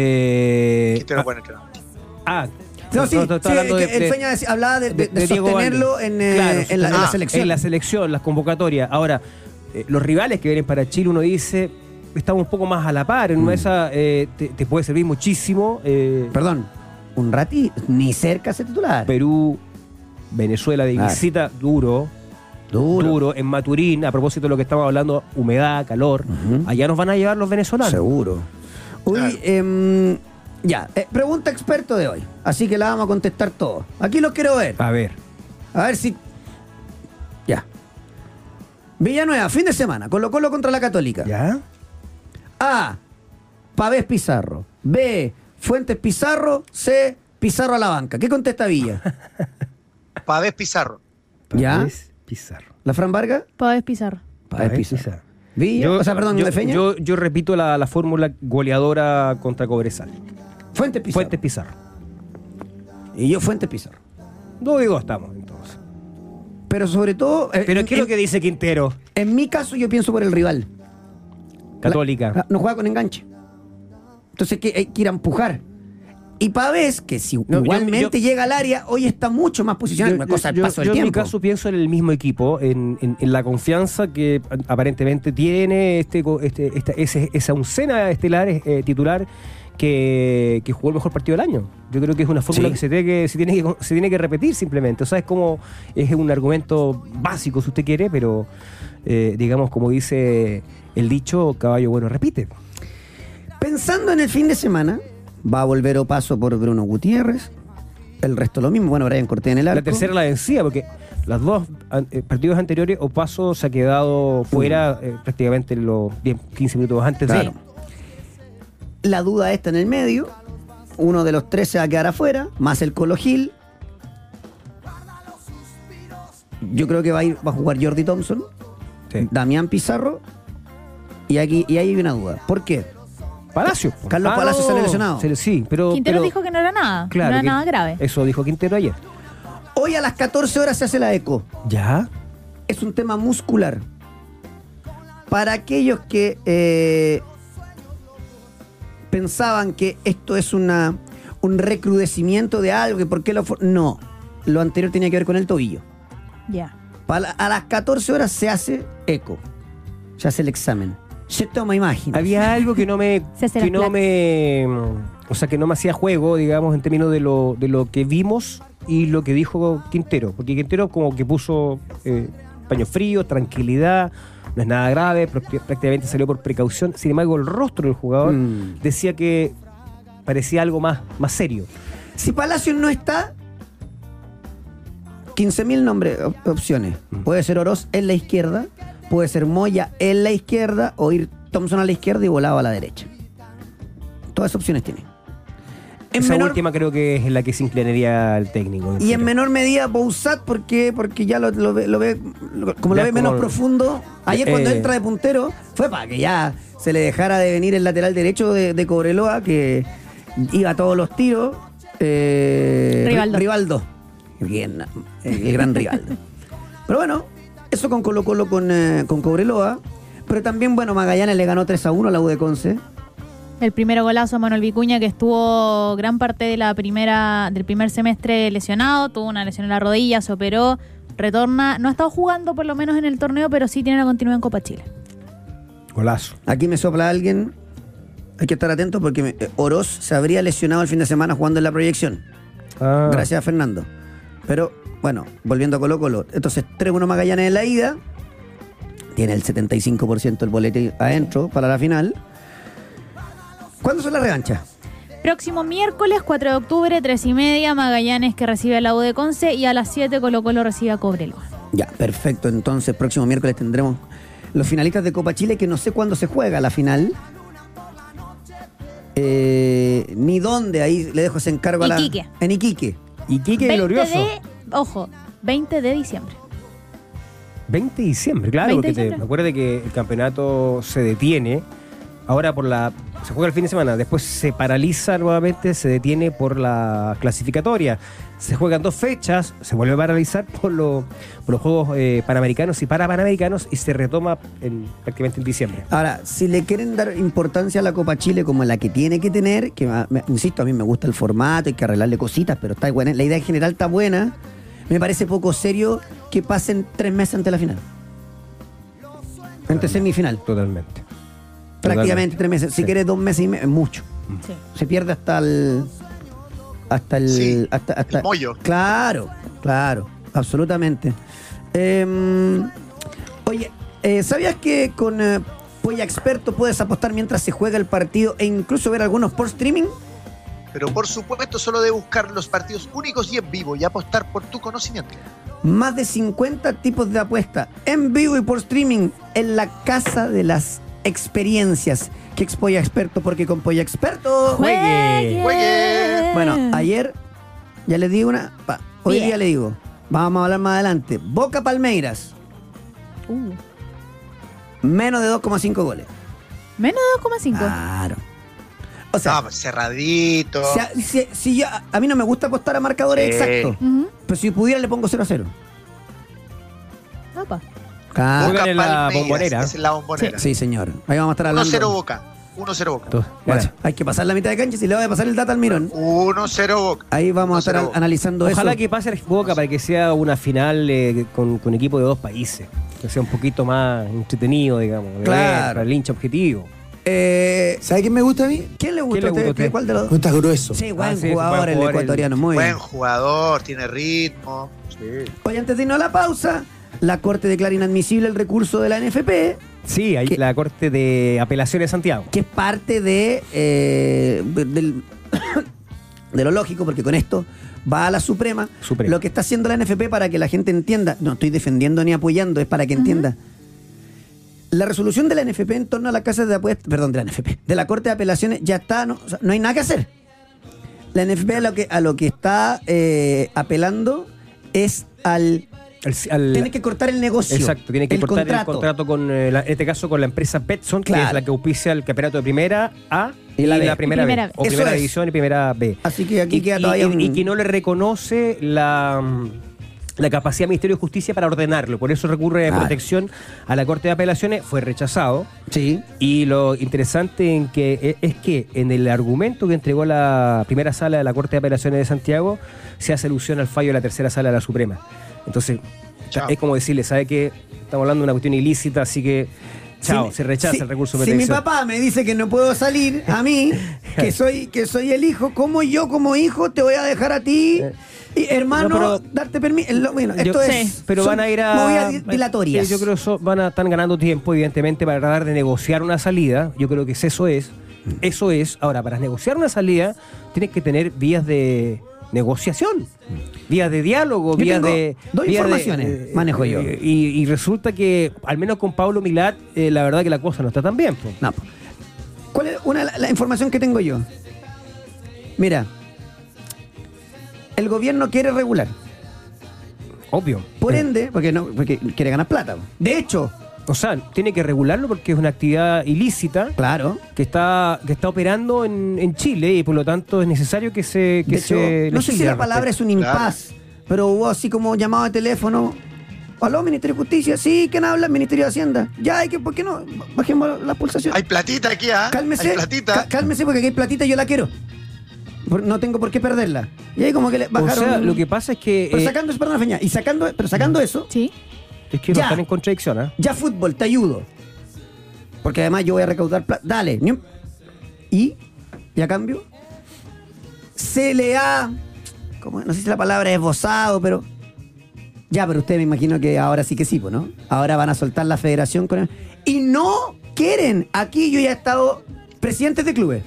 entrenador. No, sí, estoy hablando el de- Feña hablaba de Diego sostenerlo Valdés. en, Claro, en la selección. En la selección, las convocatorias. Ahora, los rivales que vienen para Chile, uno dice, estamos un poco más a la par. En una de esas te puede servir muchísimo. Perdón, un rati ni cerca se titular. Perú, Venezuela de Claro. visita, duro. En Maturín, a propósito de lo que estamos hablando, humedad, calor. Ujú. Allá nos van a llevar los venezolanos. Seguro. Uy, Claro. ya, pregunta experto de hoy. Así que la vamos a contestar todos. Aquí lo quiero ver. A ver. A ver si. Ya. Villanueva, fin de semana. Colo-Colo contra la Católica. ¿Ya? A. Pavés Pizarro. B. Fuentes Pizarro. C. Pizarro a la banca. ¿Qué contesta Villa? Pavés Pizarro. ¿Ya? Pavés Pizarro. ¿La Fran Vargas? Pavés Pizarro. Pavés Pizarro. Villa. Yo, de Feña. yo repito la fórmula goleadora contra Cobresal. Fuentes Pizarro. Fuentes Pizarro. Y yo Fuentes Pizarro. 2-2 estamos entonces. Pero sobre todo. Pero ¿qué es lo que dice Quintero? En mi caso, yo pienso por el rival. Católica. No juega con enganche. Entonces hay que ir a empujar. Y Pavés, que si No, igualmente llega al área, hoy está mucho más posicionado. Una cosa del paso del yo en tiempo. mi caso pienso en el mismo equipo, en la confianza que aparentemente tiene esa oncena estelar titular que jugó el mejor partido del año. Yo creo que es una fórmula Sí. que se tiene que repetir simplemente. O sea, es un argumento básico si usted quiere, pero digamos, como dice el dicho, caballo bueno repite. Pensando en el fin de semana, va a volver Opaso por Bruno Gutiérrez. El resto lo mismo. Bueno, Brian Cortés en el arco. La tercera la vencía, porque los dos partidos anteriores, Opaso se ha quedado fuera prácticamente los 10, 15 minutos antes Claro. de. La duda está en el medio. Uno de los tres se va a quedar afuera, más el Colo Gil. Yo creo que va a jugar Jordi Thompson, Sí. Damián Pizarro. Y ahí hay una duda. ¿Por qué? Palacio. Carlos Palacio sale lesionado. Sí, pero. Quintero pero- dijo que no era nada. claro, no era que- nada grave. Eso dijo Quintero ayer. Hoy a las 14 horas se hace la eco. ¿Ya? Es un tema muscular. Para aquellos que pensaban que esto es un recrudecimiento de algo, que por qué no, lo anterior tenía que ver con el tobillo. Ya. A las 14 horas se hace eco, se hace el examen, se toma imagen. Había algo que no me. Se hace que la no me. O sea, que no me hacía juego, digamos, en términos de lo que vimos y lo que dijo Quintero. Porque Quintero como que puso paño frío, tranquilidad, no es nada grave, prácticamente salió por precaución. Sin embargo, el rostro del jugador decía que parecía algo más serio. Si Palacios no está, 15.000 nombres, opciones. Puede ser Oroz en la izquierda, puede ser Moya en la izquierda, o ir Thompson a la izquierda y Volado a la derecha. Todas esas opciones tiene. Esa última creo que es la que se inclinaría el técnico. Y en menor medida Bouzat, porque ya lo ve menos profundo. Ayer cuando entra de puntero, fue para que ya se le dejara de venir el lateral derecho de Cobreloa, que iba a todos los tiros. Rivaldo. Bien, el gran Rivaldo. Pero bueno, eso con Colo-Colo con Cobreloa. Pero también, bueno, Magallanes le ganó 3-1 a la U de Conce. El primer golazo a Manuel Vicuña, que estuvo gran parte del primer semestre lesionado, tuvo una lesión en la rodilla, se operó, retorna, no ha estado jugando por lo menos en el torneo, pero sí tiene la continuidad en Copa Chile. Golazo. Aquí me sopla alguien, hay que estar atento porque Oroz se habría lesionado el fin de semana jugando en la proyección. Gracias a Fernando. Pero bueno, volviendo a Colo-Colo, entonces 3-1 Magallanes en la ida, tiene el 75% del boleto adentro para la final. ¿Cuándo son las revanchas? Próximo miércoles 4 de octubre, 3:30, Magallanes que recibe a la U de Conce, y a las 7 Colo-Colo recibe a Cobreloa. Ya, perfecto. Entonces, próximo miércoles tendremos los finalistas de Copa Chile, que no sé cuándo se juega la final. Ni dónde, ahí le dejo ese encargo Iquique. En Iquique. Iquique glorioso. 20 de diciembre. 20 de diciembre, claro, 20 de porque diciembre. me acuerdo que el campeonato se detiene. Ahora se juega el fin de semana, después se paraliza nuevamente, se detiene por la clasificatoria. Se juegan 2 fechas, se vuelve a paralizar por los Juegos Panamericanos y Parapanamericanos, y se retoma prácticamente en diciembre. Ahora, si le quieren dar importancia a la Copa Chile como la que tiene que tener, que insisto, a mí me gusta el formato, hay que arreglarle cositas, pero está buena, la idea en general está buena, me parece poco serio que pasen 3 meses ante la final. Ante semifinal. Totalmente. Prácticamente 3 meses. Si quieres 2 meses y medio, es mucho. Sí. Se pierde hasta el mollo. Claro, absolutamente. Oye, ¿sabías que con Polla Experto puedes apostar mientras se juega el partido e incluso ver algunos por streaming? Pero por supuesto, solo de buscar los partidos únicos y en vivo y apostar por tu conocimiento. Más de 50 tipos de apuestas en vivo y por streaming en la casa de las experiencias. Que es Polla Experto, porque con Polla Experto ¡Juegue! Bueno, ayer ya les di una. Hoy Bien. día le digo. Vamos a hablar más adelante. Boca Palmeiras. Menos de 2,5 goles. Menos de 2,5. Claro. O sea, cerradito. si a mí no me gusta apostar a marcadores exactos. Pero si pudiera le pongo 0-0. Opa. Claro. Juegan en la Palmeiras, Bombonera. es en la Bombonera. Sí, señor. Ahí vamos a estar hablando. 1-0 Boca. 1-0 Boca. Bueno, hay que pasar la mitad de cancha y si le voy a pasar el data al Mirón. 1-0 Boca. Ahí vamos a estar 1-0 Boca. analizando Ojalá eso. que pase el Boca para que sea una final con equipo de 2 países. Que sea un poquito más entretenido, digamos. De Claro. ver, para el hincha objetivo. ¿Sabe quién me gusta a mí? ¿Quién le gusta ¿Quién le a gusta a usted? usted? ¿Cuál de los dos? Me gusta grueso. Sí, buen sí, jugador buen el jugador, ecuatoriano, muy Buen bien. jugador, tiene ritmo. Sí. Oye, antes de irnos a la pausa, la Corte declara inadmisible el recurso de la NFP, Sí, hay ¿Qué? la Corte de Apelaciones de Santiago. que es parte de lo lógico, porque con esto va a la Suprema. Lo que está haciendo la NFP para que la gente entienda, no estoy defendiendo ni apoyando, es para que entienda. La resolución de la NFP en torno a la casa de apuestas, perdón, de la NFP, de la Corte de Apelaciones ya está, no, o sea, no hay nada que hacer. La NFP a lo que está apelando es al tiene que cortar el negocio. Exacto, tiene que cortar el contrato con, en este caso, con la empresa Betson, que Claro. es la que auspicia el campeonato de primera A y la primera B. Primera B. O Eso primera es. división y primera B. Así que aquí queda todavía y que no le reconoce la capacidad del Ministerio de Justicia para ordenarlo. Por eso recurre Claro. de protección a la Corte de Apelaciones. Fue rechazado. Sí. Y lo interesante es que en el argumento que entregó la primera sala de la Corte de Apelaciones de Santiago se hace alusión al fallo de la tercera sala de la Suprema. Entonces, Chao. es como decirle, ¿sabe qué? Estamos hablando de una cuestión ilícita, así que chao, se rechaza el recurso de Si mi protección. papá me dice que no puedo salir, a mí, que soy el hijo, ¿cómo yo como hijo te voy a dejar a ti, y, hermano, No, pero- darte permiso? Bueno, esto Yo- es... pero son van a ir a movidas dilatorias. Yo creo que van a estar ganando tiempo, evidentemente, para tratar de negociar una salida. Yo creo que eso es. Ahora, para negociar una salida, tienes que tener vías de negociación, vías de diálogo, Yo vías tengo de... dos vías de- informaciones, manejo yo. Y resulta que, al menos con Pablo Milat, la verdad que la cosa no está tan bien. Po. No. ¿Cuál es la información que tengo yo? Mira, el gobierno quiere regular. Obvio. Por ende, porque quiere ganar plata. De hecho, O sea, tiene que regularlo porque es una actividad ilícita claro. que está operando en Chile y por lo tanto es necesario que se De hecho, no sé si legisle la al palabra es respecto. un impasse, pero hubo así como llamado de teléfono. ¿Aló, Ministerio de Justicia? Sí, ¿quién habla? Ministerio de Hacienda. Ya, ¿por qué no? Bajemos la pulsación. Hay platita aquí, ¿ah? Cálmese, Hay platita. cálmese porque aquí hay platita y yo la quiero. No tengo por qué perderla. Y ahí como que le O bajaron. sea, lo que pasa es que Pero sacando eso, perdón, Feña, pero sacando eso, Sí. es que ya. no están en contradicción, ¿ah? ya fútbol, te ayudo. Porque además yo voy a recaudar plata. Dale. Y a cambio, se le ha, no sé si la palabra es esbozado, pero ya, pero usted me imagino que ahora sí que sí, pues, ¿no? Ahora van a soltar la federación con él. Y no quieren. Aquí yo ya he estado presidentes de clubes,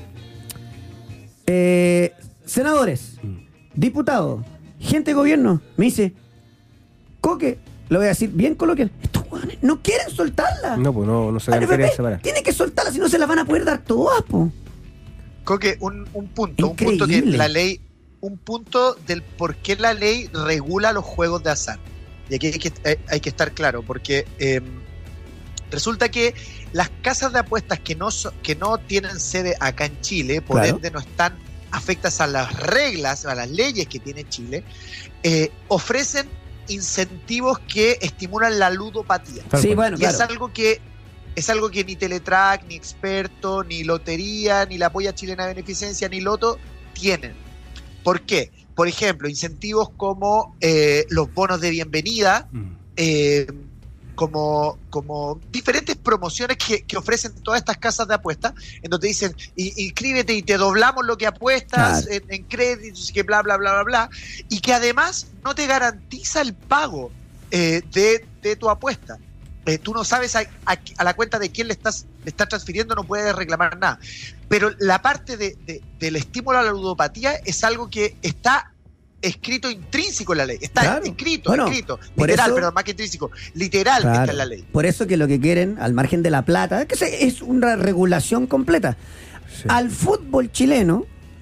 senadores, diputados, gente de gobierno. Me dice, Coque, lo voy a decir bien coloquial, estos hueones no quieren soltarla. No, pues no se La dan NFP diferencia para. tiene que soltarla, si no se las van a poder dar todas, po. Coque, un punto que Increíble. la ley, un punto del por qué la ley regula los juegos de azar. Y aquí hay que estar claro, porque resulta que las casas de apuestas que no tienen sede acá en Chile, por Claro. ende no están afectas a las reglas, a las leyes que tiene Chile, ofrecen incentivos que estimulan la ludopatía. Tal Sí, cual. bueno, Y claro. es algo que ni Teletrack, ni Experto, ni Lotería, ni la Polla Chilena de Beneficencia, ni Loto tienen. ¿Por qué? Por ejemplo, incentivos como los bonos de bienvenida, como diferentes promociones que ofrecen todas estas casas de apuestas, en donde dicen, inscríbete y te doblamos lo que apuestas Claro. en créditos y que bla, bla, bla, bla, bla, y que además no te garantiza el pago de tu apuesta. Tú no sabes a la cuenta de quién le estás transfiriendo, no puedes reclamar nada. Pero la parte del estímulo a la ludopatía es algo que está escrito intrínseco en la ley. Está Claro. escrito. Por Literal, eso- perdón, más que intrínseco. Literal Claro. está en la ley. Por eso que lo que quieren, al margen de la plata, es una regulación completa. Sí. Al fútbol chileno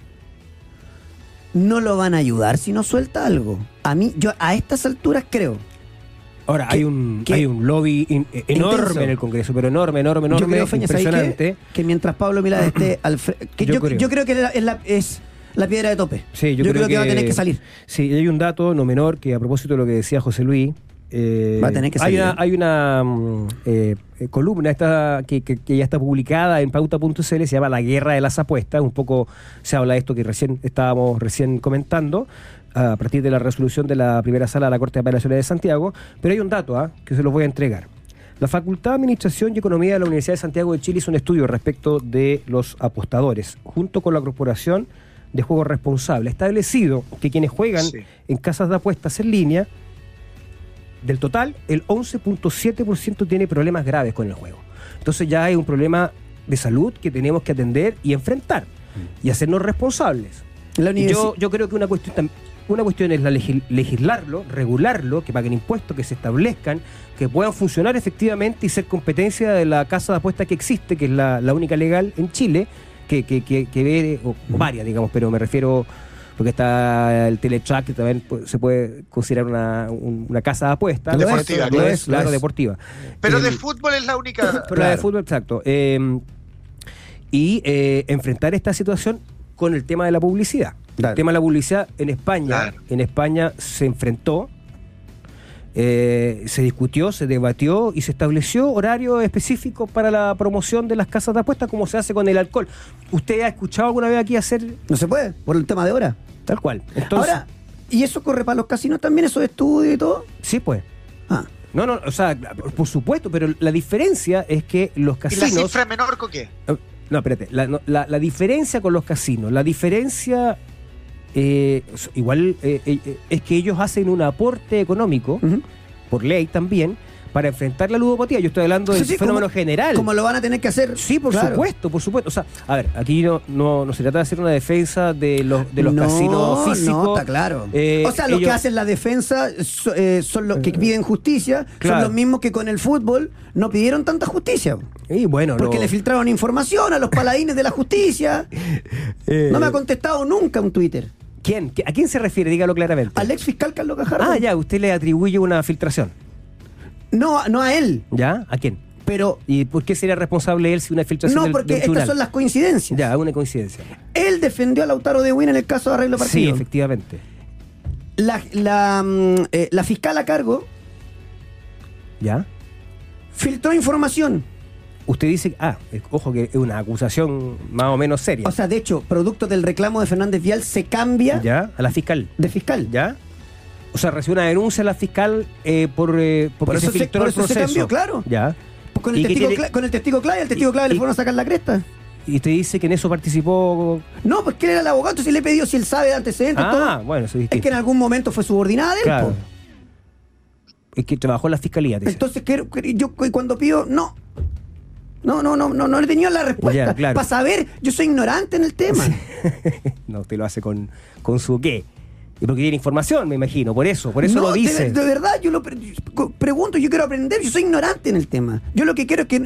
no lo van a ayudar si no suelta algo. Yo a estas alturas creo. Ahora, ¿Qué- hay un qué- enorme Intenso. en el Congreso, pero enorme, Yo creo, Feña, ¿sabes impresionante. qué? Que mientras Pablo Milad esté al yo creo que es la piedra de tope. Sí, yo creo que va a tener que salir. Sí, y hay un dato no menor que a propósito de lo que decía José Luis. Va a tener que salir. Hay una columna que ya está publicada en pauta.cl, se llama La Guerra de las Apuestas. Un poco se habla de esto que estábamos comentando, a partir de la resolución de la primera sala de la Corte de Apelaciones de Santiago. Pero hay un dato que se los voy a entregar. La Facultad de Administración y Economía de la Universidad de Santiago de Chile hizo un estudio respecto de los apostadores, junto con la Corporación de Juego Responsable. Ha establecido que quienes juegan Sí. en casas de apuestas en línea, del total, el 11.7% tiene problemas graves con el juego. Entonces ya hay un problema de salud que tenemos que atender y enfrentar y hacernos responsables. La Yo creo que una cuestión es legislarlo, regularlo, que paguen impuestos, que se establezcan, que puedan funcionar efectivamente y ser competencia de la casa de apuestas que existe, que es la única legal en Chile, que ve, o varias, digamos, pero me refiero, porque está el Teletrack, que también se puede considerar una casa de apuestas. Deportiva, Lo lo es, claro, deportiva. Pero de fútbol es la única. Pero la de fútbol, exacto. Y enfrentar esta situación con el tema de la publicidad. Claro. El tema de la publicidad en España. Claro. En España se enfrentó, se discutió, se debatió y se estableció horario específico para la promoción de las casas de apuestas, como se hace con el alcohol. ¿Usted ha escuchado alguna vez aquí hacer No se puede, por el tema de hora. tal cual? Entonces, Ahora, ¿y eso corre para los casinos también, esos estudios y todo? sí, pues. Ah, No, o sea, por supuesto, pero la diferencia es que los ¿Y la casinos... cifra es menor con qué? No, espérate. La diferencia con los casinos, la diferencia igual es que ellos hacen un aporte económico, ujú. por ley también, para enfrentar la ludopatía. Yo estoy hablando del Sí, fenómeno como- general. Como lo van a tener que hacer. Sí, por claro. supuesto, por supuesto. O sea, a ver, aquí no se trata de hacer una defensa de los No, casinos físicos. No, está claro. O sea, los que hacen la defensa son los que piden justicia, Claro. son los mismos que con el fútbol no pidieron tanta justicia. Y bueno, Porque le filtraron información a los paladines de la justicia. No me ha contestado nunca un Twitter. ¿Quién? ¿A quién se refiere? Dígalo claramente. Al ex fiscal Carlos Gajardo. Ah, ya, usted le atribuye una filtración. No a él, ¿Ya? ¿A quién? pero ¿Y por qué sería responsable él si una filtración no, del porque tribunal? estas son las coincidencias. Ya, una coincidencia. Él defendió a Lautaro de Win en el caso de arreglo de Sí, partido. efectivamente. La fiscal a cargo ¿Ya? filtró información. Usted dice, ojo que es una acusación más o menos seria. O sea, de hecho, producto del reclamo de Fernández Vial, se cambia ¿Ya? A la fiscal. de fiscal. ¿Ya? O sea, recibió una denuncia a la fiscal porque eso se filtró por el eso se proceso. cambió, claro. ¿Ya? Con el, ¿Y qué testigo, tiene- con el testigo clave, al testigo clave le y- fueron a sacar la cresta. Y usted dice que en eso participó... No, porque él era el abogado, entonces le pidió si él sabe de antecedentes. todo. bueno, eso es Es que distinto. en algún momento fue subordinada de él. Claro. po. Es que trabajó en la fiscalía, dice. Entonces, yo cuando pido, no le tenía la respuesta. Ya, claro. Para saber, yo soy ignorante en el tema. No, usted lo hace con su qué. Y porque tiene información, me imagino. Por eso No, lo dice. De verdad, yo pregunto, yo quiero aprender, yo soy ignorante en el tema. Yo lo que quiero es que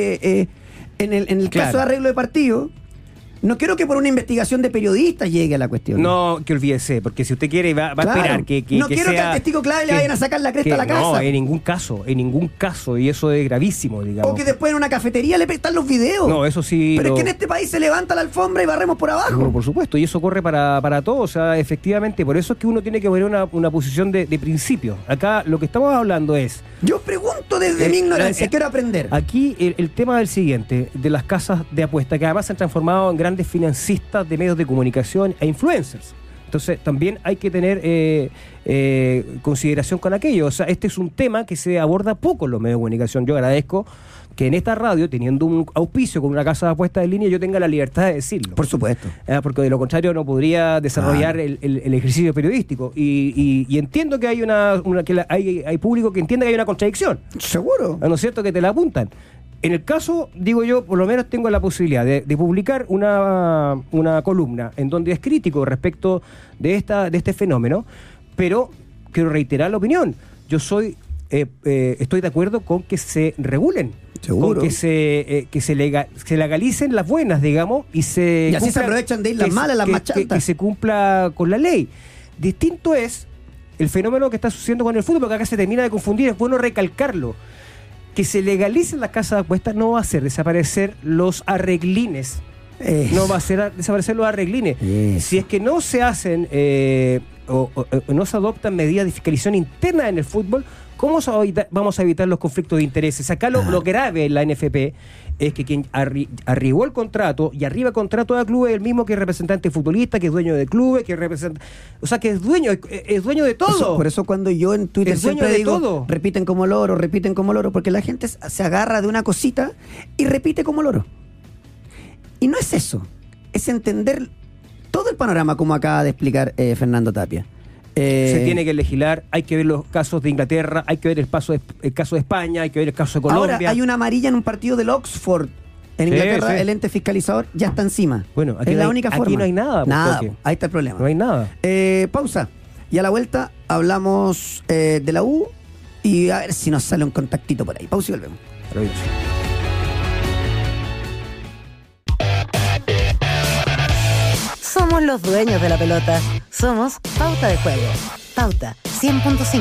en el Claro. caso de arreglo de partido, no quiero que por una investigación de periodistas llegue a la cuestión. No, que olvídese, porque si usted quiere va a Claro. esperar que No quiero que al testigo clave le vayan a sacar la cresta a la No, casa. en ningún caso, y eso es gravísimo, digamos. O que después en una cafetería le prestan los videos. No, eso sí. Pero es que en este país se levanta la alfombra y barremos por abajo. No, por supuesto, y eso corre para todos, o sea, efectivamente, por eso es que uno tiene que poner una posición de principio. Acá lo que estamos hablando es, Yo pregunto desde mi ignorancia, quiero aprender. aquí el tema del siguiente, de las casas de apuesta, que además se han transformado en grandes financistas de medios de comunicación e influencers. Entonces, también hay que tener consideración con aquello. O sea, este es un tema que se aborda poco en los medios de comunicación. Yo agradezco que en esta radio, teniendo un auspicio con una casa de apuestas en línea, yo tenga la libertad de decirlo. Por supuesto. Porque de lo contrario no podría desarrollar el ejercicio periodístico. Y entiendo que hay público que entiende que hay una contradicción. ¿Seguro? ¿No es cierto? Que te la apuntan. En el caso, digo yo, por lo menos tengo la posibilidad de publicar una columna en donde es crítico respecto de este fenómeno, pero quiero reiterar la opinión. Yo estoy de acuerdo con que se regulen. Seguro. Con que se legalicen las buenas, digamos, y Y así se aprovechan de ir las malas, las más chantas. que se cumpla con la ley. Distinto es el fenómeno que está sucediendo con el fútbol, porque acá se termina de confundir, es bueno recalcarlo. Que se legalicen las casas de apuestas no va a hacer desaparecer los arreglines. No va a hacer desaparecer los arreglines. Eso. Si es que no se hacen o no se adoptan medidas de fiscalización interna en el fútbol, ¿cómo vamos a evitar los conflictos de intereses? Acá lo grave en la NFP es que quien arribó el contrato y arriba el contrato de clubes es el mismo que el representante futbolista, que es dueño de clubes, que representa, o sea, que es dueño de todo. Por eso cuando yo en Twitter Es dueño siempre de digo, todo. repiten como loro, porque la gente se agarra de una cosita y repite como loro. Y no es eso, es entender todo el panorama como acaba de explicar Fernando Tapia. Se tiene que legislar, hay que ver los casos de Inglaterra, hay que ver el caso de España, hay que ver el caso de Colombia. Ahora hay una amarilla en un partido del Oxford. En Sí, Inglaterra sí. el ente fiscalizador ya está encima. Bueno, aquí es no la hay- única aquí forma. no hay nada, pues, Nada, Toque. ahí está el problema. No hay nada. Pausa. Y a la vuelta hablamos de la U y a ver si nos sale un contactito por ahí. Pausa y volvemos. Maravilloso. Somos los dueños de la pelota. Somos Pauta de Juego. Pauta 100.5.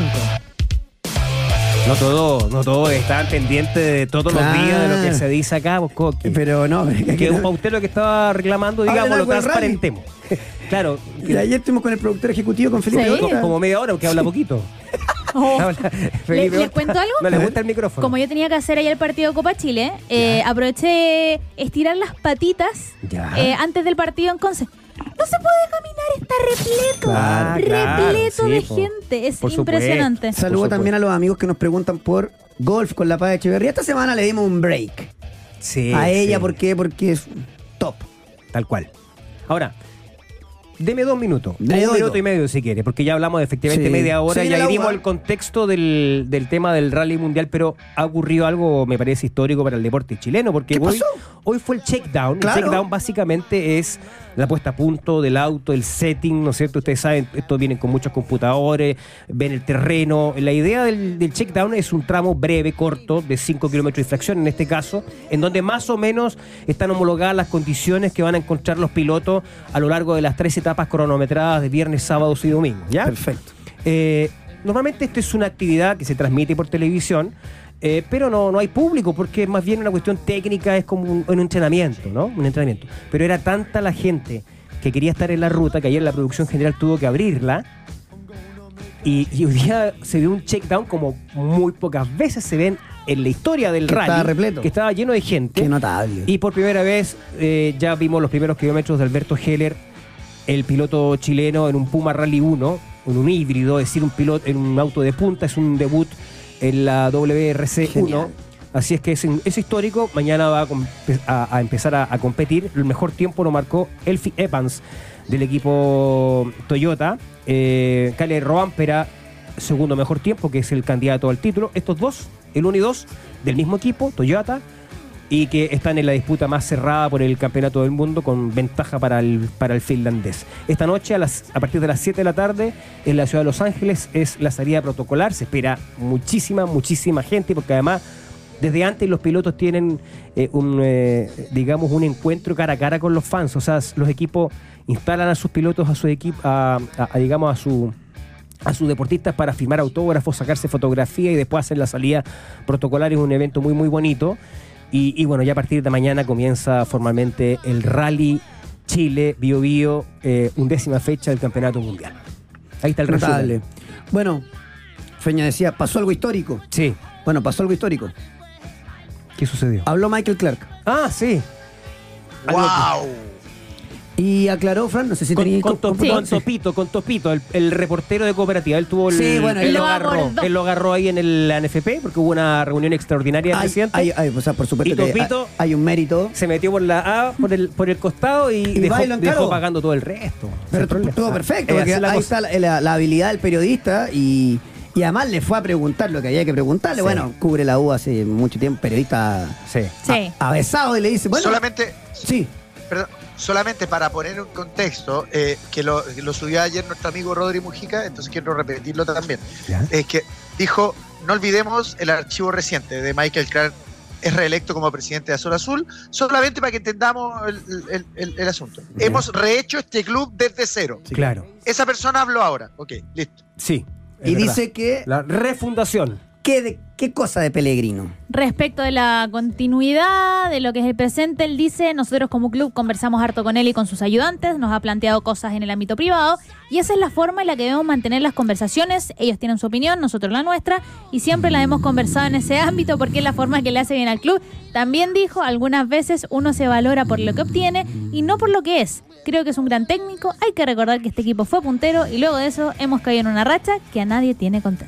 No todos están pendientes de todos Claro. los días de lo que se dice acá, pues, Coqui. Pero no, Que es un pautero que estaba reclamando, Hablen digamos, lo algo del rally. transparentemos. Claro, Y ayer estuvimos con el productor ejecutivo, con Felipe Sí. Horta. como media hora, porque habla poquito. Oh. Habla- Felipe ¿Les Horta, cuento algo? No le gusta el micrófono. Como yo tenía que hacer ayer el partido de Copa Chile, aproveché estirar las patitas Ya. antes del partido en Conce. No se puede caminar, está repleto, Claro, repleto sí, de po. gente. Es Por supuesto. impresionante. Saludo Por también a los amigos que nos preguntan por golf con la Paz de Echeverría. Esta semana le dimos un break Sí, a ella. sí. ¿Por qué? Porque es top. Tal cual. Ahora, deme 2 minutos. Le Un doy minuto dos. y medio si quiere, porque ya hablamos de efectivamente Sí. media hora. Se viene Ya la dimos uva. el contexto del tema del rally mundial, pero ha ocurrido algo, me parece, histórico para el deporte chileno, porque ¿Qué pasó? hoy fue el checkdown. Claro. El checkdown básicamente es la puesta a punto del auto, el setting, ¿no es cierto? Ustedes saben, estos vienen con muchos computadores, ven el terreno. La idea del checkdown es un tramo breve, corto, de 5 kilómetros y fracción en este caso, en donde más o menos están homologadas las condiciones que van a encontrar los pilotos a lo largo de las 3 etapas cronometradas de viernes, sábados y domingos, ¿ya? Perfecto. Normalmente esto es una actividad que se transmite por televisión, pero no hay público, porque es más bien una cuestión técnica, es como un entrenamiento, ¿no? Un entrenamiento. Pero era tanta la gente que quería estar en la ruta que ayer la producción general tuvo que abrirla, y hoy día se vio un checkdown como muy pocas veces se ven en la historia del Que rally, estaba repleto. que estaba lleno de gente. Qué notable. Y por primera vez ya vimos los primeros kilómetros de Alberto Heller, el piloto chileno, en un Puma Rally 1, en un híbrido, es decir, un piloto en un auto de punta, es un debut en la WRC 1. Genial. Así es que es histórico. Mañana va a empezar a competir. El mejor tiempo lo marcó Elfie Evans del equipo Toyota. Kalle Rovanperä, segundo mejor tiempo, que es el candidato al título. Estos dos, el 1 y 2, del mismo equipo, Toyota, y que están en la disputa más cerrada por el campeonato del mundo, con ventaja para el finlandés. Esta noche, a partir de las 7 de la tarde, en la ciudad de Los Ángeles, es la salida protocolar. Se espera muchísima gente, porque además, desde antes los pilotos tienen digamos, un encuentro cara a cara con los fans. O sea, los equipos instalan a sus pilotos, a su equipo, digamos, a sus deportistas para firmar autógrafos, sacarse fotografía y después hacer la salida protocolar. Es un evento muy, muy bonito. Y bueno, ya a partir de mañana comienza formalmente el Rally Chile Bio Bio, 11ª fecha del Campeonato Mundial. Ahí está el Notable. resumen. Bueno, Feña decía, pasó algo histórico. Sí. Bueno, pasó algo histórico. ¿Qué sucedió? Habló Michael Clark Ah, sí. ¡Wow! y aclaró, Fran, no sé si tenía... Con Topito, el reportero de Cooperativa. Él tuvo Sí, bueno, él él lo lo agarró. abordó. Él lo agarró ahí en la NFP, porque hubo una reunión extraordinaria del presidente. O sea, por supuesto Y que Topito hay un mérito. se metió por la A, por el costado y va y lo encaró. dejó pagando todo el resto. Pero Sin problema. todo perfecto, Esa porque es la ahí cosa. está la habilidad del periodista y además le fue a preguntar lo que había que preguntarle. Sí. Bueno, cubre la U hace mucho tiempo, periodista Sí. Sí. avesado, y le dice, bueno, sí, Solamente para poner un contexto, que lo subió ayer nuestro amigo Rodri Mujica, entonces quiero repetirlo también. ¿Ya? Es que dijo, no olvidemos el archivo reciente de Michael Clark, es reelecto como presidente de Azul Azul, solamente para que entendamos el asunto. Ya. Hemos rehecho este club desde cero. Claro. Esa persona habló ahora. Ok, listo. Sí. es y verdad. dice que La refundación. ¿qué cosa de Pellegrino? Respecto de la continuidad de lo que es el presente, él dice, nosotros como club conversamos harto con él y con sus ayudantes, nos ha planteado cosas en el ámbito privado y esa es la forma en la que debemos mantener las conversaciones. Ellos tienen su opinión, nosotros la nuestra y siempre la hemos conversado en ese ámbito porque es la forma que le hace bien al club. También dijo, algunas veces uno se valora por lo que obtiene y no por lo que es. Creo que es un gran técnico, hay que recordar que este equipo fue puntero y luego de eso hemos caído en una racha que a nadie tiene contento.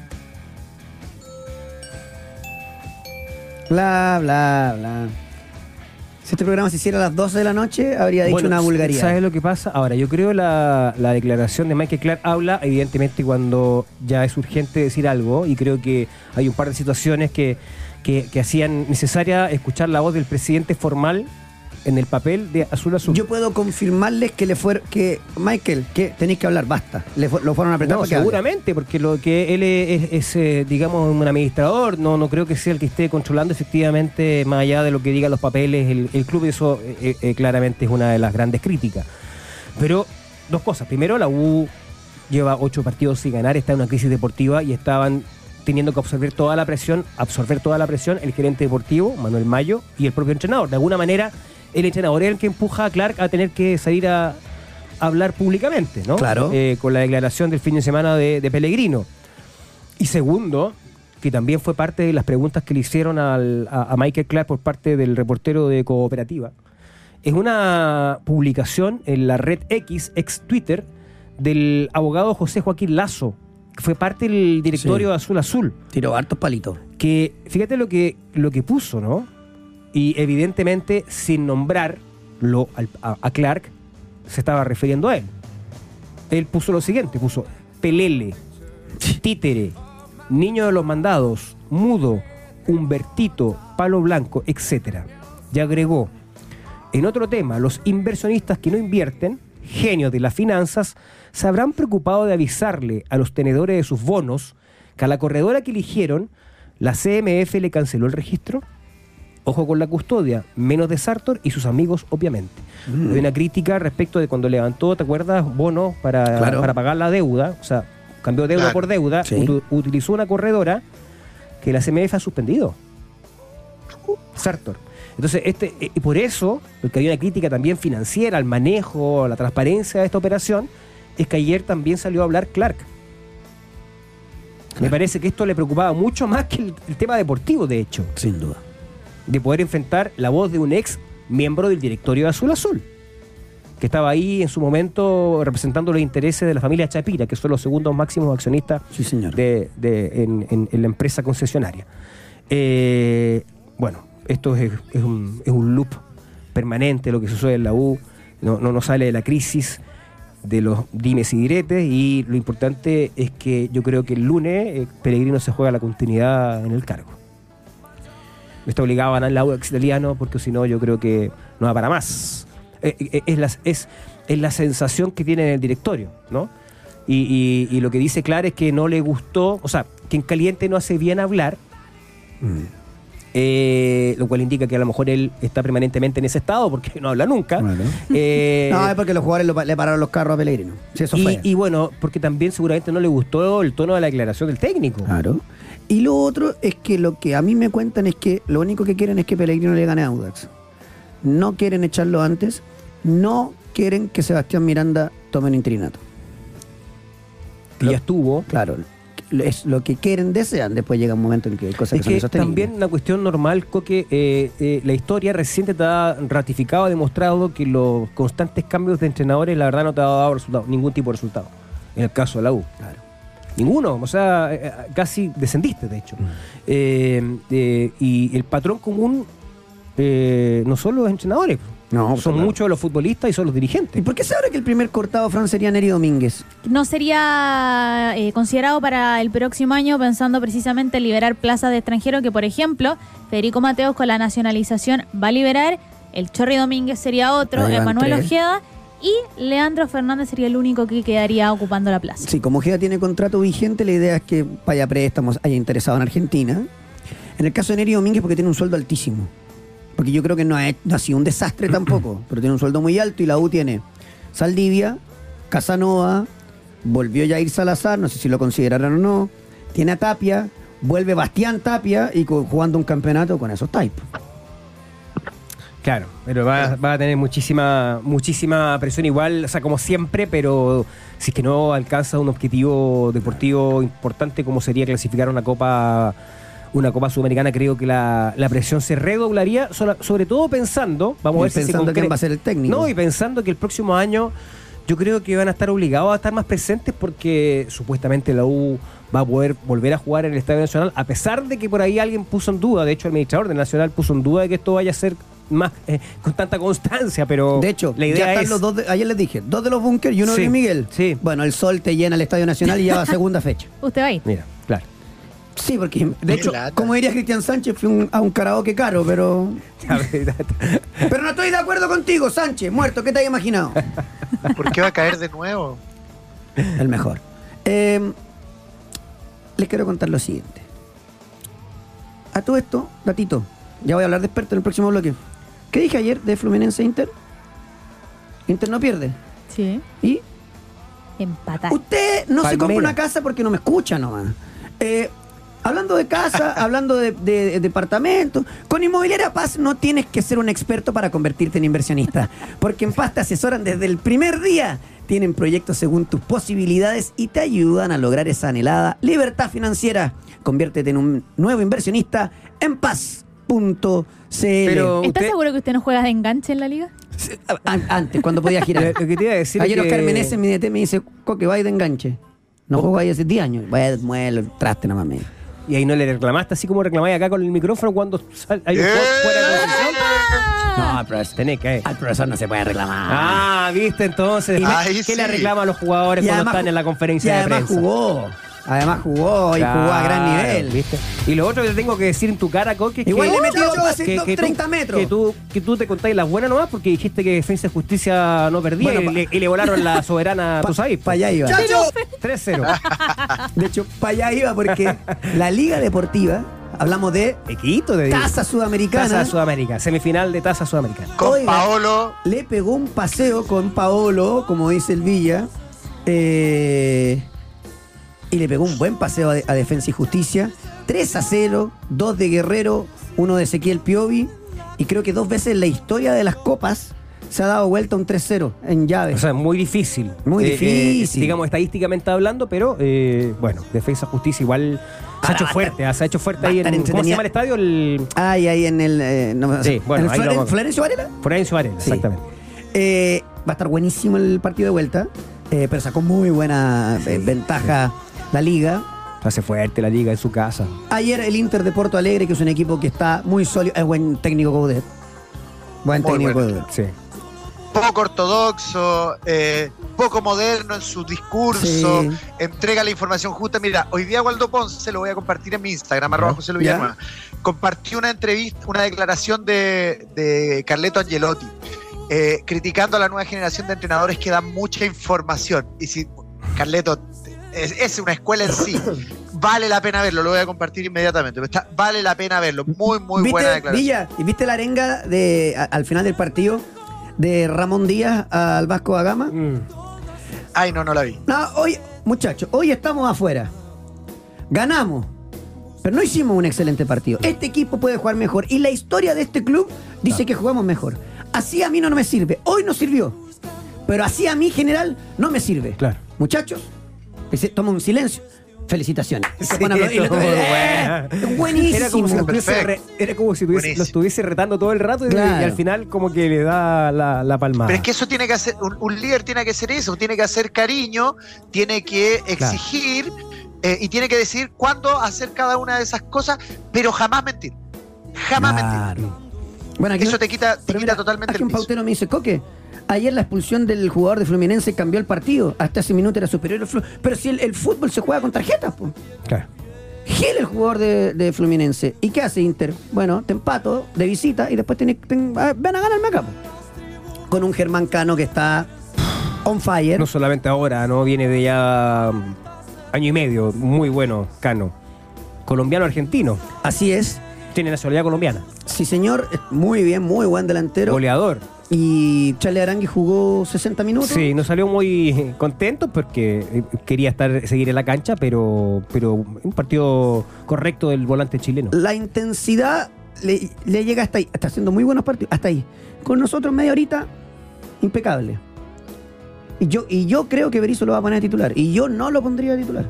Bla, bla, bla. Si este programa se hiciera a las 12 de la noche, habría dicho Bueno, una vulgaridad. ¿Sabes lo que pasa? Ahora, yo creo la declaración de Michael Clark habla, evidentemente, cuando ya es urgente decir algo, y creo que hay un par de situaciones que hacían necesaria escuchar la voz del presidente formal en el papel de Azul Azul. Yo puedo confirmarles que Michael, que tenéis que hablar, basta. Lo fueron a apretar No, para que hable. seguramente, porque lo que él es, digamos, un administrador, no creo que sea el que esté controlando efectivamente, más allá de lo que digan los papeles, el club, y eso claramente es una de las grandes críticas. Pero dos cosas. Primero, la U lleva 8 partidos sin ganar, está en una crisis deportiva y estaban teniendo que absorber toda la presión el gerente deportivo, Manuel Mayo, y el propio entrenador. De alguna manera, el entrenador es el que empuja a Clark a tener que salir a hablar públicamente, ¿no? Claro. Con la declaración del fin de semana de Pellegrino. Y segundo, que también fue parte de las preguntas que le hicieron a Michael Clark por parte del reportero de Cooperativa, es una publicación en la red X, ex Twitter, del abogado José Joaquín Lazo, que fue parte del directorio Sí. de Azul Azul. Tiró hartos palitos. Que fíjate lo que puso, ¿no? Y evidentemente, sin nombrarlo a Clark, se estaba refiriendo a él. Él puso lo siguiente, puso Pelele, Títere, Niño de los Mandados, Mudo, Humbertito, Palo Blanco, etc. Y agregó, En otro tema, los inversionistas que no invierten, genios de las finanzas, se habrán preocupado de avisarle a los tenedores de sus bonos que a la corredora que eligieron, la CMF le canceló el registro. Ojo con la custodia, menos de Sartor y sus amigos, obviamente. Hay una crítica respecto de cuando levantó, ¿te acuerdas? Bonos para pagar la deuda, o sea, cambió deuda por deuda, utilizó una corredora que la CMF ha suspendido. Sartor. Entonces, y por eso, porque había una crítica también financiera al manejo, a la transparencia de esta operación, es que ayer también salió a hablar Clark. Me parece que esto le preocupaba mucho más que el tema deportivo, de hecho. Sin duda. De poder enfrentar la voz de un ex miembro del directorio de Azul Azul, que estaba ahí en su momento representando los intereses de la familia Chapira, que son los segundos máximos accionistas en la empresa concesionaria. Bueno, esto es un loop permanente, lo que sucede en la U, no sale de la crisis de los dimes y diretes, y lo importante es que yo creo que el lunes Pellegrino se juega la continuidad en el cargo. Está obligado a ganar la U italiano, porque si no yo creo que no va para más. Es la sensación que tiene en el directorio, ¿no? Y lo que dice Clark es que no le gustó, o sea, que en caliente no hace bien hablar, lo cual indica que a lo mejor él está permanentemente en ese estado porque no habla nunca. Bueno. No, es porque los jugadores le pararon los carros a Pellegrino. Sí, eso fue. Y bueno, porque también seguramente no le gustó el tono de la declaración del técnico. Claro. Y lo otro es que lo que a mí me cuentan es que lo único que quieren es que Pellegrino le gane a Audax. No quieren echarlo antes, no quieren que Sebastián Miranda tome un interinato. Que ya estuvo. Claro. Es lo que quieren, desean. Después llega un momento en que hay cosas que son insostenibles. También una cuestión normal, Coque, la historia reciente te ha ratificado, ha demostrado que los constantes cambios de entrenadores, la verdad, no te ha dado resultado, ningún tipo de resultado. En el caso de la U. Claro. Ninguno, o sea, casi descendiste, de hecho. Y el patrón común no son los entrenadores. No, son muchos los futbolistas y son los dirigentes. ¿Y por qué se sabe que el primer cortado, Fran, sería Neri Domínguez? No sería considerado para el próximo año, pensando precisamente en liberar plazas de extranjeros, que por ejemplo, Federico Mateos con la nacionalización va a liberar, el Chorri Domínguez sería otro, Emanuel Ojeda, y Leandro Fernández sería el único que quedaría ocupando la plaza. Sí, como Ojeda tiene contrato vigente, la idea es que vaya préstamos, haya interesado en Argentina. En el caso de Neri Domínguez, porque tiene un sueldo altísimo. Porque yo creo que no ha sido un desastre tampoco, pero tiene un sueldo muy alto, y la U tiene Saldivia, Casanova, volvió Jair Salazar, no sé si lo considerarán o no, tiene a Tapia, vuelve Bastián Tapia y jugando un campeonato con esos types. Claro, pero va a tener muchísima presión igual, o sea, como siempre, pero si es que no alcanza un objetivo deportivo importante como sería clasificar una Copa Sudamericana, creo que la presión se redoblaría, sobre todo pensando, vamos a ver si se concreta, quién va a ser el técnico. No, y pensando que el próximo año yo creo que van a estar obligados a estar más presentes, porque supuestamente la U va a poder volver a jugar en el Estadio Nacional, a pesar de que por ahí alguien puso en duda, de hecho el administrador del Nacional puso en duda de que esto vaya a ser más con tanta constancia, pero de hecho, la idea ya están los dos, ayer les dije, 2 de los Bunkers y uno de Luis Miguel. Sí. Bueno, el Sol te llena el Estadio Nacional y ya va a segunda fecha. ¿Usted va a ir? Mira, claro. Sí, porque, de hecho, como diría Cristian Sánchez, fui a un karaoke caro, pero... Pero no estoy de acuerdo contigo, Sánchez, muerto, ¿qué te has imaginado? ¿Por qué va a caer de nuevo? El mejor. Les quiero contar lo siguiente. A todo esto, datito, ya voy a hablar de experto en el próximo bloque. ¿Qué dije ayer de Fluminense Inter? Inter no pierde. Sí. ¿Y? Empatar. Usted no Palmera. se compra una casa porque no me escucha nomás. Hablando de casa, hablando de departamento, con Inmobiliaria Paz no tienes que ser un experto para convertirte en inversionista, porque en Paz te asesoran desde el primer día. Tienen proyectos según tus posibilidades y te ayudan a lograr esa anhelada libertad financiera. Conviértete en un nuevo inversionista en paz.cl. ¿Estás seguro que usted no juega de enganche en la liga? Antes, cuando podía girar. Lo que te iba a decir ayer que... Oscar Meneses, mi DT, me dice, Coque, vaya de enganche. No juego ahí hace 10 años. Vaya de muelo, traste nada más. Me. Y ahí no le reclamaste, así como reclamáis acá con el micrófono cuando hay un juego fuera de posición. No, al profesor no se puede reclamar. Ah, viste entonces. ¿Qué le reclama a los jugadores cuando están en la conferencia de prensa? Jugó. Además jugó y jugó a gran Claro, nivel. ¿viste? Y lo otro que te tengo que decir en tu cara, Coque, es Igual que, le metió hace 30 metros. Que tú te contáis las buenas nomás porque dijiste que Defensa y Justicia no perdía Bueno, y le volaron la soberana, tú sabes. Para allá iba. 3-0. De hecho, para allá iba porque la Liga Deportiva, hablamos de Equito de Taza Sudamericana. Taza Sudamérica, semifinal de Taza Sudamericana. Con Oiga. Paolo. Le pegó un paseo con Paolo, como dice el Villa. Y le pegó un buen paseo a Defensa y Justicia. 3-0, 2 de Guerrero, 1 de Ezequiel Piovi. Y creo que 2 veces en la historia de las copas se ha dado vuelta un 3-0 en llave. O sea, muy difícil. Muy difícil. Digamos, estadísticamente hablando, pero bueno, Defensa Justicia igual se ha hecho fuerte. Se ha hecho fuerte ahí en. ¿Cómo se llama el estadio? Ahí en el. No, Sí, bueno, ¿en ahí lo vamos. Florencio Varela? Florencio Varela, Sí. exactamente. Va a estar buenísimo el partido de vuelta. Pero sacó muy buena ventaja la liga. Hace fuerte la liga en su casa. Ayer el Inter de Porto Alegre, que es un equipo que está muy sólido, es buen técnico Coudet. Buen Muy técnico bueno. Coudet. Sí. Poco ortodoxo, poco moderno en su discurso, Sí. entrega la información justa. Mira, hoy día Waldo Ponce, lo voy a compartir en mi Instagram, @José Luis Villanueva, compartió una entrevista, una declaración de Carleto Angelotti, criticando a la nueva generación de entrenadores que dan mucha información. Y si Carleto es una escuela en sí, vale la pena verlo, lo voy a compartir inmediatamente. Vale la pena verlo, muy buena declaración. Villa, ¿y viste la arenga al final del partido de Ramón Díaz al Vasco da Gama? Ay, no la vi. No, hoy, muchachos, hoy estamos afuera. Ganamos, pero no hicimos un excelente partido. Este equipo puede jugar mejor y la historia de este club dice que jugamos mejor. Así a mí no me sirve. Hoy no sirvió, pero así a mí general no me sirve. Claro. Muchachos, toma un silencio. Felicitaciones. Sí, Se pone a aplaudir. estuvo buena. Buenísimo. Era como si, Perfecto. lo estuviese retando todo el rato y, Claro. y al final como que le da la palmada. Pero es que eso tiene que hacer, un líder tiene que hacer eso, tiene que hacer cariño, tiene que exigir y tiene que decir cuándo hacer cada una de esas cosas, pero jamás mentir. Jamás mentir. Bueno, aquí Eso te quita mira, totalmente aquí el un piso. pautero me dice, Coque, ayer la expulsión del jugador de Fluminense cambió el partido. Hasta ese minuto era superior el Fluminense. Pero si el fútbol se juega con tarjetas, pues. Claro. Gil, el jugador de Fluminense. ¿Y qué hace Inter? Bueno, te empato de visita y después ven a ganarme acá, po. Con un Germán Cano que está on fire. No solamente ahora, no viene de ya año y medio, muy bueno, Cano. Colombiano-argentino, Así es. tiene nacionalidad colombiana. Sí, señor. Muy bien, muy buen delantero. Goleador. Y Charlie Arangui jugó 60 minutos. Sí, no salió muy contento porque quería seguir en la cancha, pero un partido correcto del volante chileno. La intensidad le llega hasta ahí. Está haciendo muy buenos partidos. Hasta ahí. Con nosotros media horita, impecable. Y yo creo que Berizzo lo va a poner a titular. Y yo no lo pondría a titular.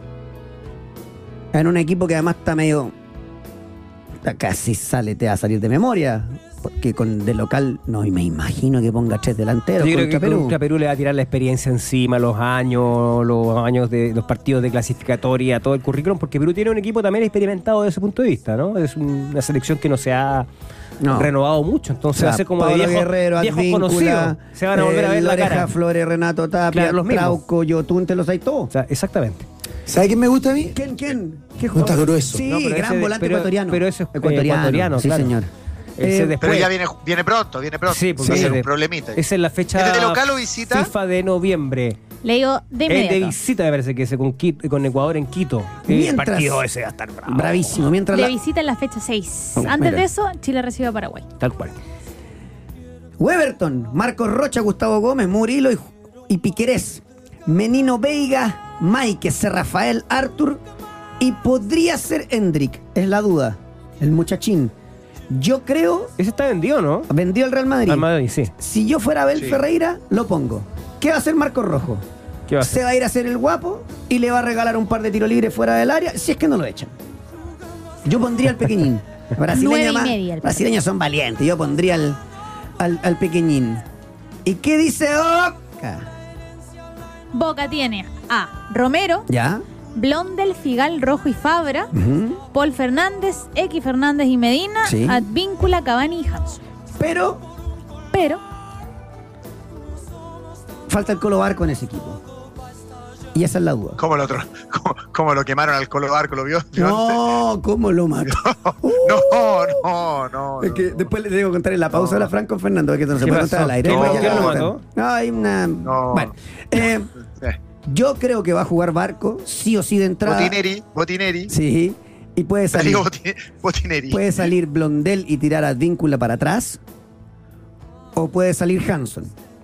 En un equipo que además está medio... Casi te va a salir de memoria. Porque de local no me imagino que ponga 3 delanteros Yo creo contra que Perú. contra Perú le va a tirar la experiencia encima, los años de los partidos de clasificatoria, todo el currículum, porque Perú tiene un equipo también experimentado desde ese punto de vista, ¿no? Es una selección que no se ha renovado mucho, entonces va a ser como Pablo de Guerrero, viejos Advíncula, conocidos. Se van a volver a ver la Oreja cara. Flores, Renato Tapia, Claro, los mismos. Trauco, Yotun, te los hay todos. O sea, exactamente. ¿Sabe quién me gusta a mí? ¿Quién? ¿Qué Me gusta jugador? Grueso. Sí, No, pero gran ese- volante pero- ecuatoriano. pero ese es ecuatoriano, sí, claro. señor. Ese después. Pero ya viene pronto. Sí, porque va a ser ese- un problemita. Esa es la fecha ¿Es de local o visita? FIFA de noviembre. Le digo de Es de inmediato. visita, me parece que es con Ecuador en Quito. El Mientras- partido ese va a estar bravo. Bravísimo. Mientras De la... visita en la fecha 6. Oh, Antes mira. de eso, Chile recibe a Paraguay. Tal cual. Weberton, Marcos Rocha, Gustavo Gómez, Murilo y Piquerés. Menino Veiga, Máiquez, Rafael, Artur y podría ser Hendrik. Es la duda. El muchachín. Yo creo... Ese está vendido, ¿no? Vendió el Real Madrid. Al Madrid, sí. Si yo fuera Abel Sí. Ferreira, lo pongo. ¿Qué va a hacer Marcos Rojo? ¿Qué va a Se hacer? va a ir a hacer el guapo y le va a regalar un par de tiros libres fuera del área, si es que no lo echan. Yo pondría al pequeñín. Brasileña 9:30 el brasileños son valientes. Yo pondría al pequeñín. ¿Y qué dice Oca? Boca tiene a Romero, ¿Ya? Blondel, Figal, Rojo y Fabra, Ujú. Paul Fernández, X Fernández y Medina, Sí. Advíncula, Cavani y Hanson. Pero Pero falta el Colo Barco en ese equipo. Y esa es la duda. ¿Cómo cómo lo quemaron al Colo Barco? ¿Lo vio? No, ¿cómo lo mató? No. Es que después le tengo que contar en la pausa a la Franco Fernando, que no se ¿Qué puede pasó? contar al aire. ¿Quién Después ya lo lo mató? contar. No, hay una... No. Bueno, yo creo que va a jugar Barco, sí o sí de entrada. Botineri. Sí, y puede salir, Digo Botineri. puede salir Blondel y tirar a Víncula para atrás, o puede salir Hanson.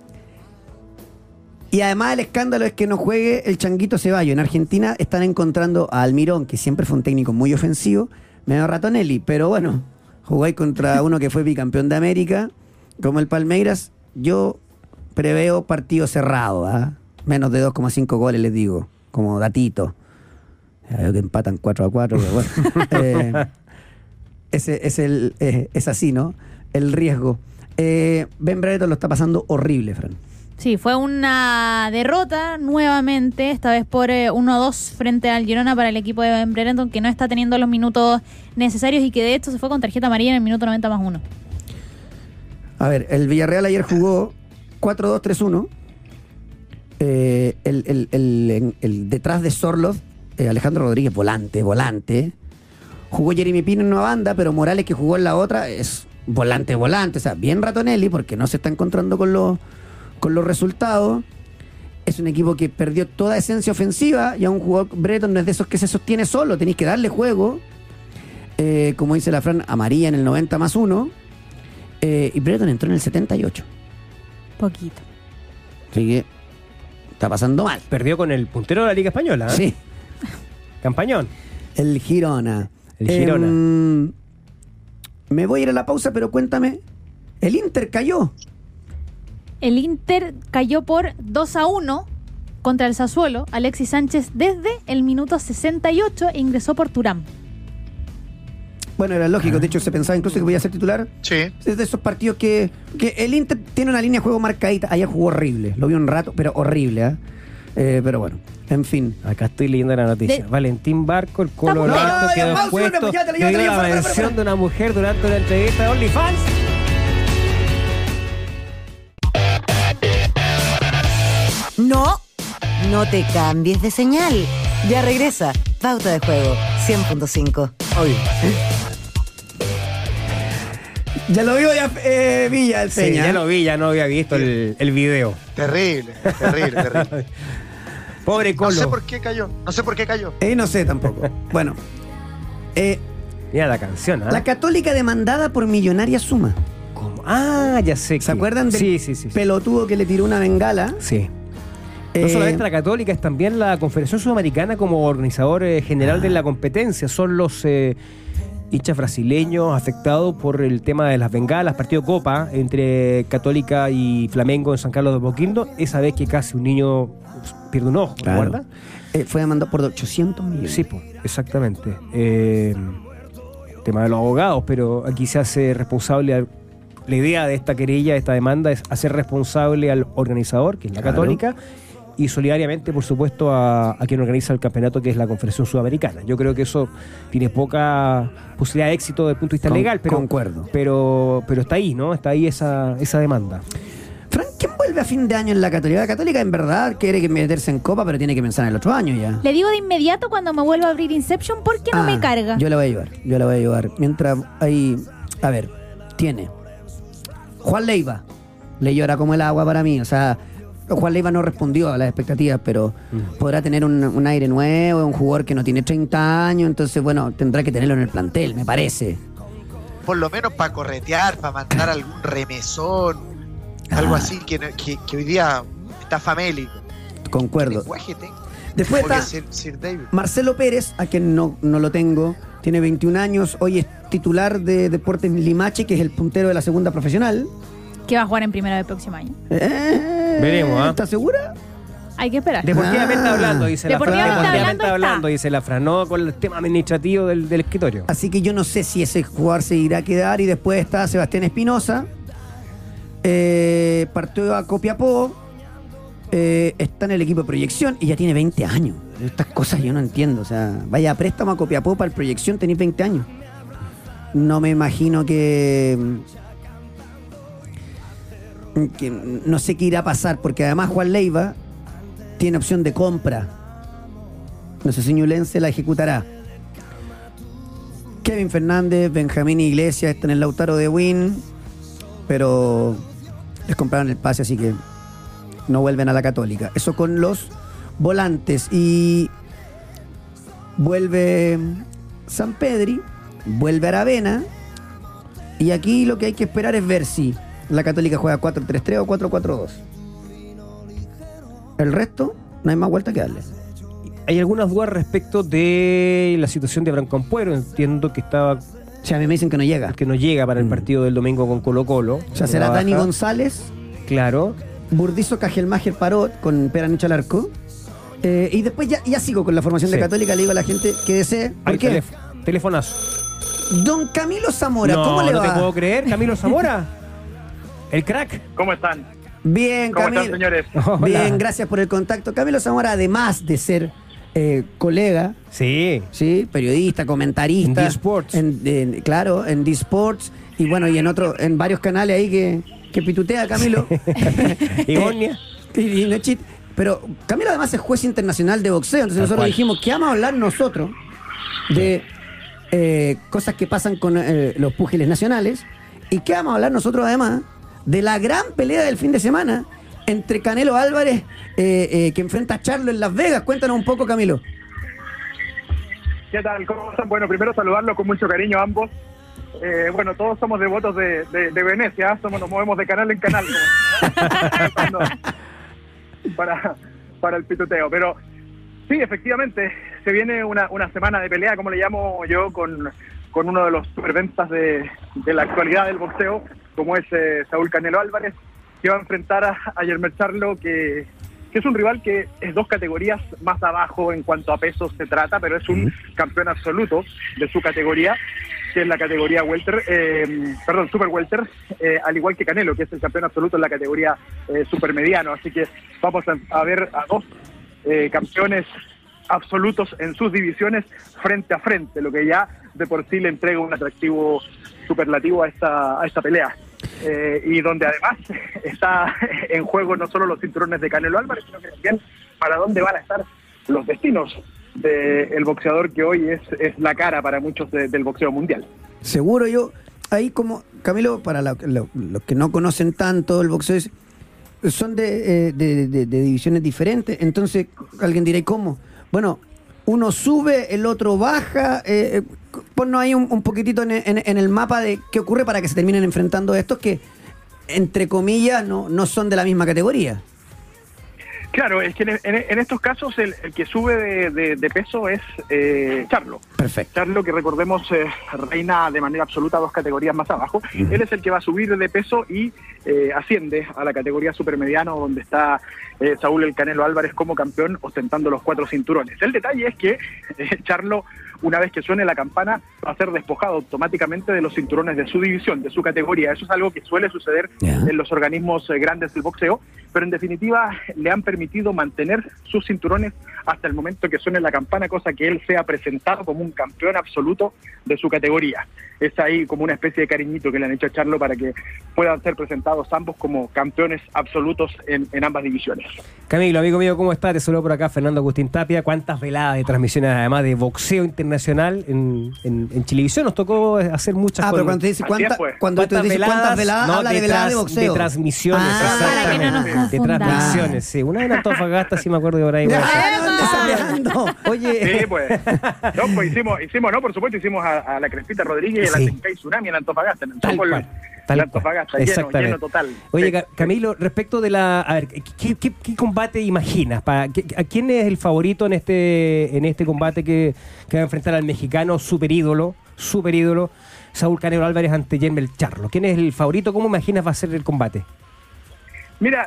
Y además el escándalo es que no juegue el Changuito Ceballos. En Argentina están encontrando a Almirón, que siempre fue un técnico muy ofensivo, medio Ratonelli, pero bueno, jugáis contra uno que fue bicampeón de América, como el Palmeiras. Yo preveo partido cerrado, ¿ah? Menos de 2,5 goles, les digo, como datito. Ya veo que empatan 4-4, pero bueno. Es así, ¿no? El riesgo. Ben Brereton lo está pasando horrible, Fran. Sí, fue una derrota nuevamente, esta vez por 1-2 frente al Girona para el equipo de Ben Brereton, que no está teniendo los minutos necesarios y que de hecho se fue con tarjeta amarilla en el minuto 90+1. A ver, el Villarreal ayer jugó 4-2-3-1. El detrás de Sorloth, Alejandro Rodríguez, volante. Jugó Jeremy Pino en una banda, pero Morales, que jugó en la otra, es volante. O sea, bien Ratonelli, porque no se está encontrando con los resultados. Es un equipo que perdió toda esencia ofensiva, y a un jugador Brereton no es de esos que se sostiene solo, tenéis que darle juego. Como dice la Fran, amarilla en el 90+1. Y Brereton entró en el 78. Poquito. Así que está pasando mal. Perdió con el puntero de la Liga Española. ¿Eh? Sí, Campañón. el Girona. El Girona. Me voy a ir a la pausa, pero cuéntame. El Inter cayó. El Inter cayó por 2-1 contra el Sassuolo. Alexis Sánchez desde el minuto 68 e ingresó por Thuram. Bueno, era lógico. De hecho, se pensaba incluso que podía ser titular. Sí. Es de esos partidos que el Inter tiene una línea de juego marcadita. Ayer jugó horrible. Lo vi un rato, pero horrible, ¿eh? Pero bueno, en fin. Acá estoy leyendo la noticia. Valentín Barco, el Colo No, Alto, ya, quedó pausa, expuesto ya te debido a la fuera, mención fuera. de una mujer durante una entrevista de OnlyFans. No te cambies de señal. Ya regresa. Pauta de Juego 100.5. Ya lo vio ya Villa, el Sí, Peña. ya lo vi, ya no había visto el video. Terrible. Pobre No Colo. sé por qué cayó. No sé tampoco. Bueno. Mira la canción, ¿ah? La Católica demandada por millonaria suma. ¿Cómo? Ah, ya sé. ¿Se acuerdan del Sí. pelotudo que le tiró una bengala? Sí. No solamente la Católica, es también la Confederación Sudamericana como organizador general de la competencia. Son los hinchas brasileños afectados por el tema de las bengalas, partido Copa entre Católica y Flamengo en San Carlos de Apoquindo. Esa vez que casi un niño pierde un ojo, Claro. ¿recuerdas? Fue demandado por 800 millones. Sí, pues, exactamente. Tema de los abogados, pero aquí se hace responsable. La idea de esta querella, de esta demanda, es hacer responsable al organizador, que es la Claro. Católica, y solidariamente, por supuesto, a quien organiza el campeonato, que es la Confederación Sudamericana. Yo creo que eso tiene poca posibilidad de éxito desde el punto de vista legal, pero, Concuerdo. pero está ahí, ¿no? Está ahí esa demanda. Fran, ¿quién vuelve a fin de año en la Católica? La Católica en verdad quiere que meterse en Copa, pero tiene que pensar en el otro año ya. Le digo de inmediato cuando me vuelva a abrir Inception porque no me carga. Yo la voy a ayudar. Mientras hay... A ver, tiene... Juan Leiva. Le llora como el agua para mí. O sea, Juan Leiva no respondió a las expectativas, pero podrá tener un aire nuevo, un jugador que no tiene 30 años, entonces, bueno, tendrá que tenerlo en el plantel, me parece. Por lo menos para corretear, para mandar algún remesón, algo así que hoy día está famélico. Concuerdo. Lenguaje tengo. Después Porque está Sir David. Marcelo Pérez, a quien no lo tengo, tiene 21 años, hoy es titular de Deportes Limache, que es el puntero de la segunda profesional. Que va a jugar en primera del próximo año. Veremos, ¿ah? ¿Estás segura? Hay que esperar. Deportivamente hablando, dice la Fran. Deportivamente Deportivamente hablando hablando, dice la Fran, no con el tema administrativo del escritorio. Así que yo no sé si ese jugador se irá a quedar. Y después está Sebastián Espinosa. Partió a Copiapó. Está en el equipo de proyección y ya tiene 20 años. Estas cosas yo no entiendo. O sea, vaya a préstamo a Copiapó para el proyección, tenéis 20 años. No me imagino que no sé qué irá a pasar, porque además Juan Leiva tiene opción de compra No sé si Ñublense la ejecutará. Kevin Fernández, Benjamín Iglesias están en el Lautaro de Win, pero les compraron el pase, así que no vuelven a la Católica. Eso con los volantes. Y vuelve Sampedri, vuelve Aravena. Y aquí lo que hay que esperar es ver si la Católica juega 4-3-3 o 4-4-2. El resto, no hay más vuelta que darle. Hay algunas dudas respecto de la situación de Branco Ampuero. Entiendo que estaba, O sea, a mí me dicen que no llega. que no llega para el partido del domingo con Colo-Colo. O sea, será Una Dani baja. González, Claro. Burdizo, Cajelmacher, Parot con Peranich al arco. Y después ya sigo con la formación de Sí. Católica. Le digo a la gente que desee. ¿Por Hay qué? telefonazo. Don Camilo Zamora, ¿cómo le no va? te puedo creer. Camilo Zamora. El crack. ¿Cómo están? Bien, ¿Cómo Camilo. están, señores? Hola. Bien, gracias por el contacto. Camilo Zamora, además de ser colega, Sí. ¿sí? Periodista, comentarista. En D-Sports. Claro, en D-Sports. Y bueno, y en varios canales ahí que pitutea Camilo. Igonia. Y no es chiste. Pero Camilo además es juez internacional de boxeo. Entonces nosotros cual. dijimos que vamos a hablar nosotros de cosas que pasan con los púgiles nacionales. Y que vamos a hablar nosotros además de la gran pelea del fin de semana entre Canelo Álvarez que enfrenta a Charlo en Las Vegas. Cuéntanos un poco, Camilo. ¿Qué tal? ¿Cómo están? Bueno, primero saludarlos con mucho cariño a ambos. Bueno, todos somos devotos de Venecia, nos movemos de canal en canal como- para el pituteo. Pero sí, efectivamente, se viene una semana de pelea, como le llamo yo, con uno de los superventas de la actualidad del boxeo, como es Saúl Canelo Álvarez, que va a enfrentar a Yermer Charlo, que es un rival que es 2 categorías más abajo en cuanto a pesos se trata, pero es un campeón absoluto de su categoría, que es la categoría super welter, al igual que Canelo, que es el campeón absoluto en la categoría supermediano. Así que vamos a ver a 2 campeones absolutos en sus divisiones frente a frente, lo que ya de por sí le entrega un atractivo superlativo a esta pelea. Y donde además está en juego no solo los cinturones de Canelo Álvarez, sino que también para dónde van a estar los destinos del boxeador que hoy es la cara para muchos del boxeo mundial. Seguro yo, ahí como, Camilo, para los que no conocen tanto el boxeo, son de divisiones diferentes. Entonces, alguien dirá, ¿y cómo? Bueno, uno sube, el otro baja. Ponnos ahí un poquitito en el mapa de qué ocurre para que se terminen enfrentando estos que, entre comillas, no son de la misma categoría. Claro, es que en estos casos el que sube de peso es Charlo. Perfecto. Charlo, que recordemos reina de manera absoluta 2 categorías más abajo. Él es el que va a subir de peso y asciende a la categoría supermediano, donde está Saúl El Canelo Álvarez como campeón, ostentando los 4 cinturones. El detalle es que Charlo, una vez que suene la campana, va a ser despojado automáticamente de los cinturones de su división, de su categoría. Eso es algo que suele suceder en los organismos grandes del boxeo, pero en definitiva le han permitido mantener sus cinturones hasta el momento que suene la campana, cosa que él sea presentado como un campeón absoluto de su categoría. Es ahí como una especie de cariñito que le han hecho a Charlo para que puedan ser presentados ambos como campeones absolutos en ambas divisiones. Camilo, amigo mío, ¿cómo estás? Te saludo por acá, Fernando Agustín Tapia. ¿Cuántas veladas de transmisiones, además de boxeo internacional en Chilevisión? Nos tocó hacer muchas pero cuando te dice cuántas veladas, no, habla de veladas de boxeo. De transmisiones, para que no nos de confundamos. transmisiones, sí. Una en Antofagasta, sí me acuerdo de por ahí. ¿Dónde está hablando? Oye, Sí, pues. No, pues hicimos, no, por supuesto, hicimos a la Crespita Rodríguez y a la Sí. Tencay Tsunami en Antofagasta, en el Tal Zócalo, cual, tal en cual. Antofagasta, Exactamente. lleno total. Oye, Sí. Camilo, respecto de la... A ver, ¿qué combate imaginas? ¿A quién es el favorito en este combate que va a enfrentar al mexicano super ídolo, Saúl Canelo Álvarez ante Yermer Charlo? ¿Quién es el favorito? ¿Cómo imaginas va a ser el combate? Mira,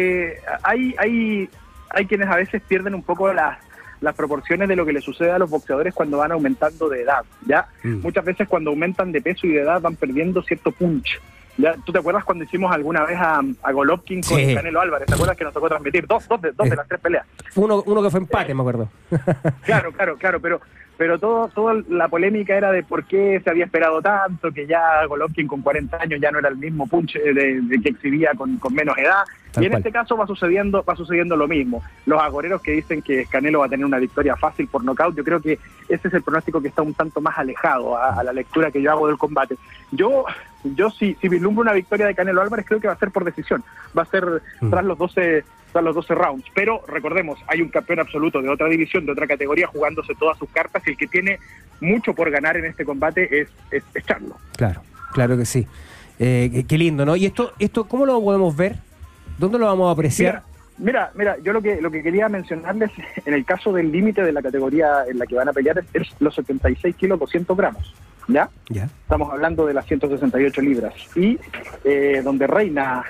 hay quienes a veces pierden un poco las proporciones de lo que le sucede a los boxeadores cuando van aumentando de edad, ¿ya? Muchas veces cuando aumentan de peso y de edad van perdiendo cierto punch, ¿ya? ¿Tú te acuerdas cuando hicimos alguna vez a Golovkin con Sí. Canelo Álvarez? ¿Te acuerdas que nos tocó transmitir dos de las 3 peleas? Uno que fue empate, me acuerdo. Claro, pero toda la polémica era de por qué se había esperado tanto, que ya Golovkin con 40 años ya no era el mismo punch de que exhibía con menos edad. Tal y en cual. este caso va sucediendo lo mismo. Los agoreros que dicen que Canelo va a tener una victoria fácil por nocaut, yo creo que ese es el pronóstico que está un tanto más alejado a la lectura que yo hago del combate. Yo si vislumbro una victoria de Canelo Álvarez, creo que va a ser por decisión, va a ser tras los 12 rounds, pero recordemos, hay un campeón absoluto de otra división, de otra categoría, jugándose todas sus cartas, y el que tiene mucho por ganar en este combate es Charlo. Claro que sí. Qué lindo, ¿no? ¿Y esto cómo lo podemos ver? ¿Dónde lo vamos a apreciar? Mira, yo lo que quería mencionarles, en el caso del límite de la categoría en la que van a pelear, es los 76 kilos 200 gramos, ¿ya? Estamos hablando de las 168 libras. Y donde reina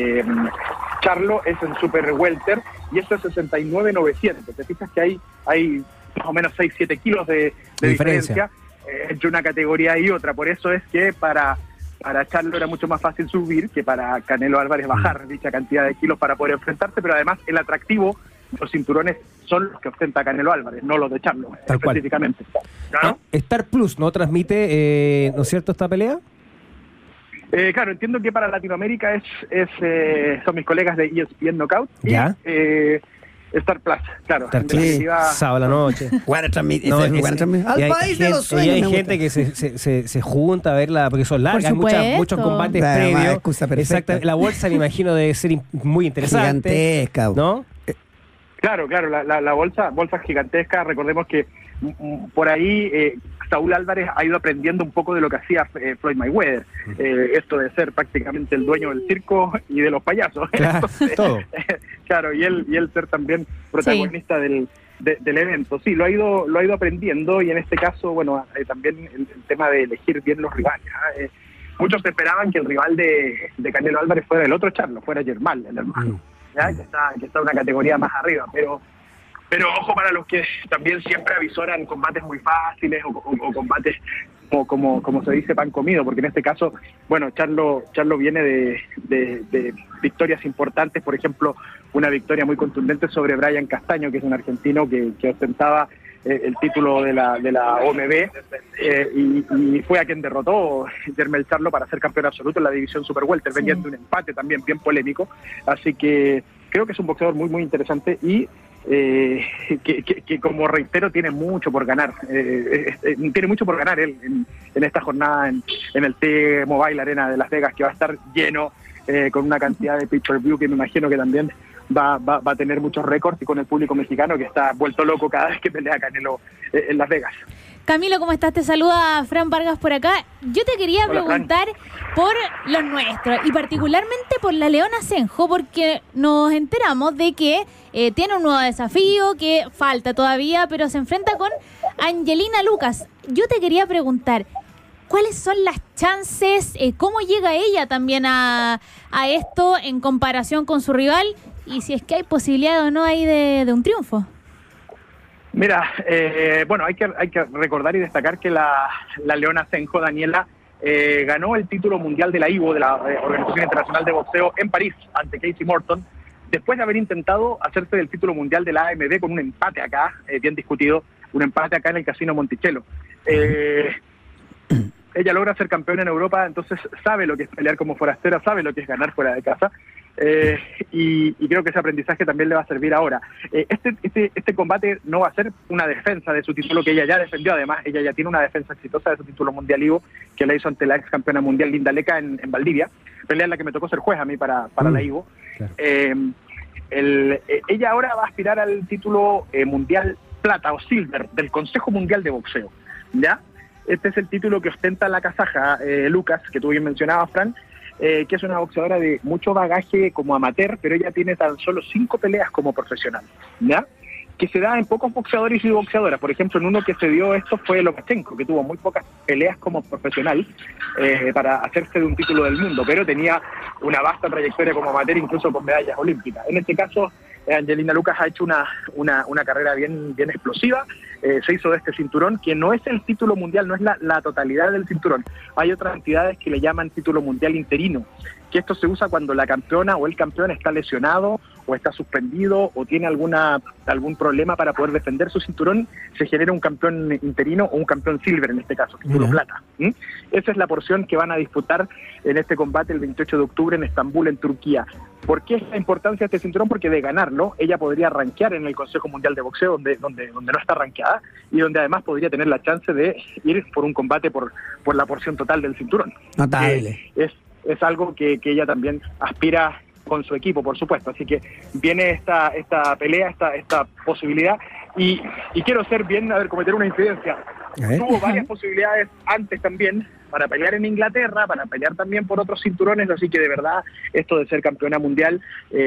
Charlo es en Super Welter, y eso es 69.900. Te fijas que hay más o menos 6-7 kilos de diferencia entre una categoría y otra. Por eso es que para Charlo era mucho más fácil subir que para Canelo Álvarez bajar dicha cantidad de kilos para poder enfrentarse, pero además el atractivo, los cinturones son los que ostenta Canelo Álvarez, no los de Charlo, específicamente. ¿Claro? Star Plus, ¿no? Transmite, ¿no es cierto, esta pelea? Claro, entiendo que para Latinoamérica son mis colegas de ESPN Knockout y Star Plus, claro. Star Plus, sábado a la noche. Al país de los sueños. Y hay gente que se junta a verla, porque son largas, muchos combates previos. Excusa perfecta. Exacto. La bolsa, me imagino, debe ser muy interesante. Gigantesca. ¿No? Claro, la bolsa gigantesca. Recordemos que por ahí Saúl Álvarez ha ido aprendiendo un poco de lo que hacía Floyd Mayweather, esto de ser prácticamente el dueño del circo y de los payasos. Claro, entonces, todo. Claro, y él ser también protagonista del evento. Sí, lo ha ido aprendiendo, y en este caso, bueno, también el tema de elegir bien los rivales. Muchos esperaban que el rival de Canelo Álvarez fuera el otro Charlo, fuera Germán, el hermano, ¿ya? Que está una categoría más arriba, pero ojo para los que también siempre avisoran combates muy fáciles o combates como se dice, pan comido, porque en este caso, bueno, Charlo viene de victorias importantes, por ejemplo, una victoria muy contundente sobre Brian Castaño, que es un argentino que ostentaba el título de la OMB, y fue a quien derrotó Jermel Charlo para ser campeón absoluto en la división Super Welter, venían de un empate también bien polémico, así que creo que es un boxeador muy muy interesante y que como reitero tiene mucho por ganar, tiene mucho por ganar él en esta jornada en el T-Mobile Arena de Las Vegas, que va a estar lleno con una cantidad de pay-per-view que me imagino que también va a tener muchos récords, y con el público mexicano que está vuelto loco cada vez que pelea Canelo en Las Vegas. Camilo, ¿cómo estás? Te saluda Fran Vargas por acá. Yo te quería preguntar por los nuestros y particularmente por la Leona Senjo, porque nos enteramos de que tiene un nuevo desafío, que falta todavía, pero se enfrenta con Angelina Lucas. Yo te quería preguntar, ¿cuáles son las chances? ¿Cómo llega ella también a esto en comparación con su rival? Y si es que hay posibilidad o no ahí de un triunfo. Mira, bueno, hay que recordar y destacar que la Leona Senjo, Daniela, ganó el título mundial de la IBO, de la Organización Internacional de Boxeo, en París, ante Casey Morton, después de haber intentado hacerse del título mundial de la AMB con un empate acá, bien discutido, un empate acá en el Casino Monticello. Ella logra ser campeona en Europa, entonces sabe lo que es pelear como forastera, sabe lo que es ganar fuera de casa, y creo que ese aprendizaje también le va a servir ahora. Este combate no va a ser una defensa de su título, que ella ya defendió, además ella ya tiene una defensa exitosa de su título mundial IBO, que la hizo ante la ex campeona mundial Linda Leca en Valdivia, pelea en la que me tocó ser juez a mí para la IBO. Claro. Ella ahora va a aspirar al título mundial plata o silver del Consejo Mundial de Boxeo, ¿ya? Este es el título que ostenta la kazaja Lucas, que tú bien mencionabas, Fran, que es una boxeadora de mucho bagaje como amateur, pero ella tiene tan solo 5 peleas como profesional, ¿ya? Que se da en pocos boxeadores y boxeadoras. Por ejemplo, en uno que se dio esto fue Lomachenko, que tuvo muy pocas peleas como profesional para hacerse de un título del mundo, pero tenía una vasta trayectoria como amateur, incluso con medallas olímpicas. En este caso, Angelina Lucas ha hecho una carrera bien explosiva. Se hizo de este cinturón, que no es el título mundial, no es la totalidad del cinturón. Hay otras entidades que le llaman título mundial interino, que esto se usa cuando la campeona o el campeón está lesionado o está suspendido o tiene algún problema para poder defender su cinturón, se genera un campeón interino o un campeón silver en este caso, título plata. Esa es la porción que van a disputar en este combate el 28 de octubre en Estambul, en Turquía. ¿Por qué es la importancia de este cinturón? Porque de ganarlo, ella podría rankear en el Consejo Mundial de Boxeo, donde no está rankeada, y donde además podría tener la chance de ir por un combate por la porción total del cinturón. Notable. Es algo que ella también aspira con su equipo, por supuesto. Así que viene esta pelea, esta posibilidad, y quiero cometer una incidencia. Tuvo varias posibilidades antes también para pelear en Inglaterra, para pelear también por otros cinturones, así que de verdad esto de ser campeona mundial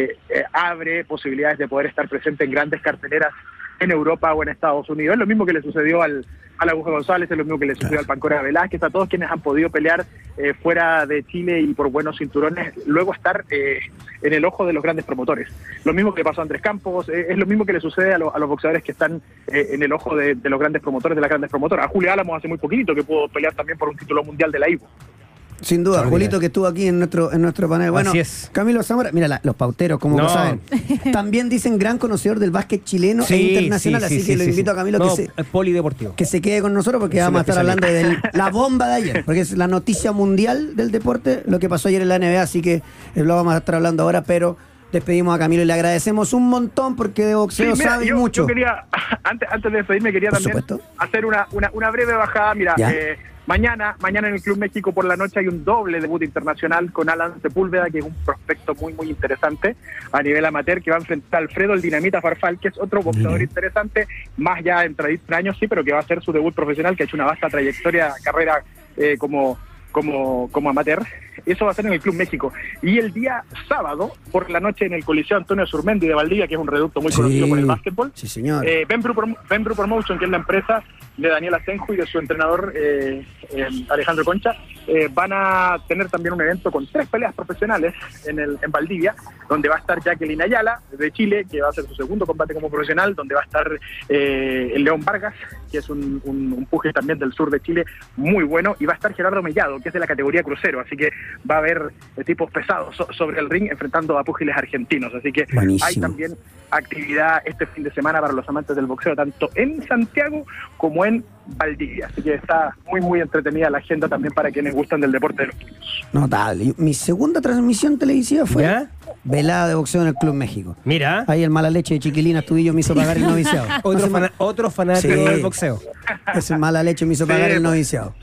abre posibilidades de poder estar presente en grandes carteleras en Europa o en Estados Unidos. Es lo mismo que le sucedió al Aguja González, es lo mismo que le sucedió al Pancora Velázquez, a todos quienes han podido pelear fuera de Chile y por buenos cinturones, luego estar en el ojo de los grandes promotores. Lo mismo que le pasó a Andrés Campos, es lo mismo que le sucede a los boxeadores que están en el ojo de los grandes promotores, de las grandes promotoras. A Julio Álamos hace muy poquito que pudo pelear también por un título mundial de la IBO. Sin duda, Julito, que estuvo aquí en nuestro panel. Bueno, así es. Camilo Zamora, mira, los pauteros, como lo saben, también dicen gran conocedor del básquet chileno e internacional, así que lo invito a Camilo polideportivo. que se quede con nosotros, porque vamos a estar hablando de la bomba de ayer, porque es la noticia mundial del deporte, lo que pasó ayer en la NBA, así que lo vamos a estar hablando ahora, pero despedimos a Camilo y le agradecemos un montón porque de boxeo sabe mucho. Yo quería, antes de despedirme, quería también hacer una breve bajada. Mira, mañana en el Club México por la noche hay un doble debut internacional con Alan Sepúlveda, que es un prospecto muy, muy interesante a nivel amateur, que va a enfrentar a Alfredo el Dinamita Farfal, que es otro boxeador interesante, más ya en años, sí, pero que va a hacer su debut profesional, que ha hecho una vasta trayectoria, carrera como amateur. Eso va a ser en el Club México. Y el día sábado, por la noche, en el Coliseo Antonio Surmendi de Valdivia, que es un reducto muy conocido por el básquetbol. Sí, señor. Bembru Promotion, que es la empresa de Daniel Asenjo y de su entrenador Alejandro Concha, van a tener también un evento con 3 peleas profesionales en Valdivia, donde va a estar Jacqueline Ayala, de Chile, que va a hacer su segundo combate como profesional, donde va a estar el León Vargas, que es un puje también del sur de Chile, muy bueno, y va a estar Gerardo Mellado, que es de la categoría crucero, así que va a haber tipos pesados sobre el ring enfrentando a púgiles argentinos, así que buenísimo. Hay también actividad este fin de semana para los amantes del boxeo, tanto en Santiago como en Valdivia, así que está muy, muy entretenida la agenda también para quienes gustan del deporte de los puños. Notable. Mi segunda transmisión televisiva fue velada de boxeo en el Club México. Mira. Ahí el mala leche de Chiquilina Tubillo me hizo pagar el noviciado. Otro fanático del boxeo. Ese mala leche me hizo pagar el noviciado.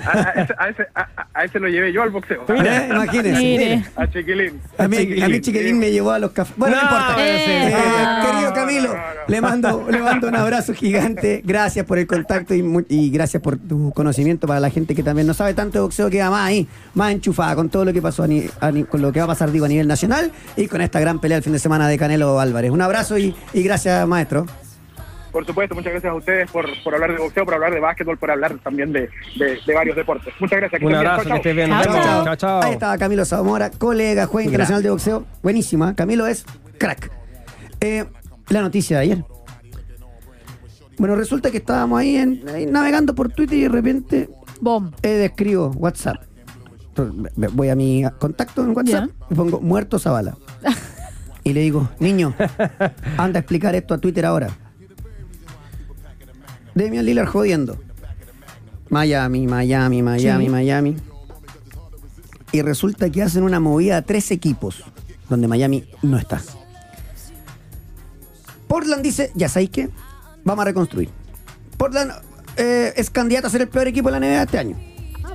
A ese lo llevé yo al boxeo. Imagínese. Mire. A Chiquilín. A mí Chiquilín me llevó a los cafés. Bueno, no importa. Querido Camilo, le mando un abrazo gigante. Gracias por el contacto y gracias por tu conocimiento para la gente que también no sabe tanto de boxeo, queda más ahí, más enchufada con todo lo que pasó con lo que va a pasar, a nivel nacional y con esta gran pelea el fin de semana de Canelo Álvarez. Un abrazo y gracias, maestro. Por supuesto, muchas gracias a ustedes por hablar de boxeo, por hablar de básquetbol, por hablar también de varios deportes. Muchas gracias. Un abrazo, que estés bien. Chao. Ahí estaba Camilo Zamora, colega, juez internacional de boxeo. Buenísima. Camilo es crack. La noticia de ayer. Bueno, resulta que estábamos ahí navegando por Twitter y de repente escribo WhatsApp. Voy a mi contacto en WhatsApp y pongo muerto Zavala. Y le digo, niño, anda a explicar esto a Twitter ahora. Damian Lillard jodiendo. Miami. Y resulta que hacen una movida a 3 equipos donde Miami no está. Portland dice, ya sabéis qué, vamos a reconstruir. Portland es candidato a ser el peor equipo de la NBA este año.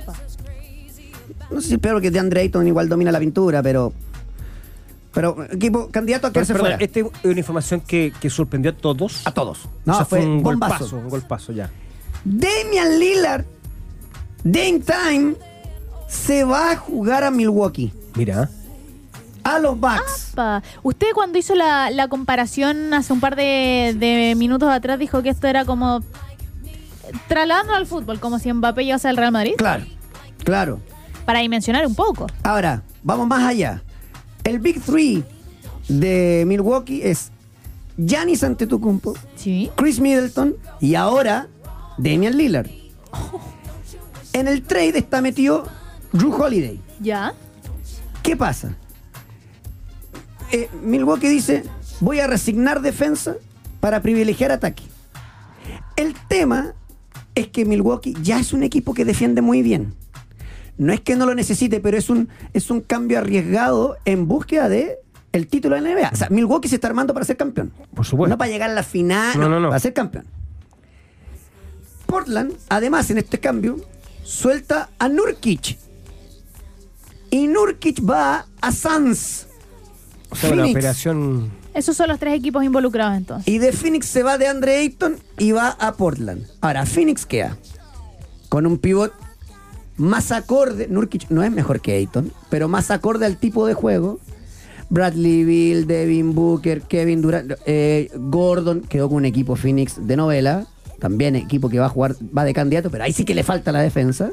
No sé si es peor que DeAndre Ayton igual domina la pintura, pero equipo candidato a quedarse fuera. Esta es una información que sorprendió a todos. A todos. No, o sea, fue un bombazo. Un golpazo ya. Damian Lillard, Dame Time, se va a jugar a Milwaukee. Mira. A los Bucks. Usted cuando hizo la comparación hace un par de minutos atrás dijo que esto era como trasladándolo al fútbol, como si Mbappé llegase al Real Madrid. Claro. Para dimensionar un poco. Ahora, vamos más allá. El Big Three de Milwaukee es Giannis Antetokounmpo, Chris Middleton y ahora Damian Lillard. En el trade está metido Jrue Holiday. ¿Ya? ¿Qué pasa? Milwaukee dice, Voy a resignar defensa para privilegiar ataque. El tema es que Milwaukee ya es un equipo que defiende muy bien. No es que no lo necesite, pero es un cambio arriesgado en búsqueda de el título de la NBA. O sea, Milwaukee se está armando para ser campeón. Por supuesto. No para llegar a la final, No. para ser campeón. Portland, además, en este cambio, suelta a Nurkic. Y Nurkic va a Suns. O sea, una Phoenix. operación. Esos son los 3 equipos involucrados entonces. Y de Phoenix se va de Andre Ayton y va a Portland. Ahora, Phoenix queda con un pivot más acorde. Nurkic no es mejor que Ayton, pero más acorde al tipo de juego. Bradley Beal, Devin Booker, Kevin Durant, Gordon quedó con un equipo Phoenix de novela. También equipo que va a jugar, va de candidato, pero ahí sí que le falta la defensa.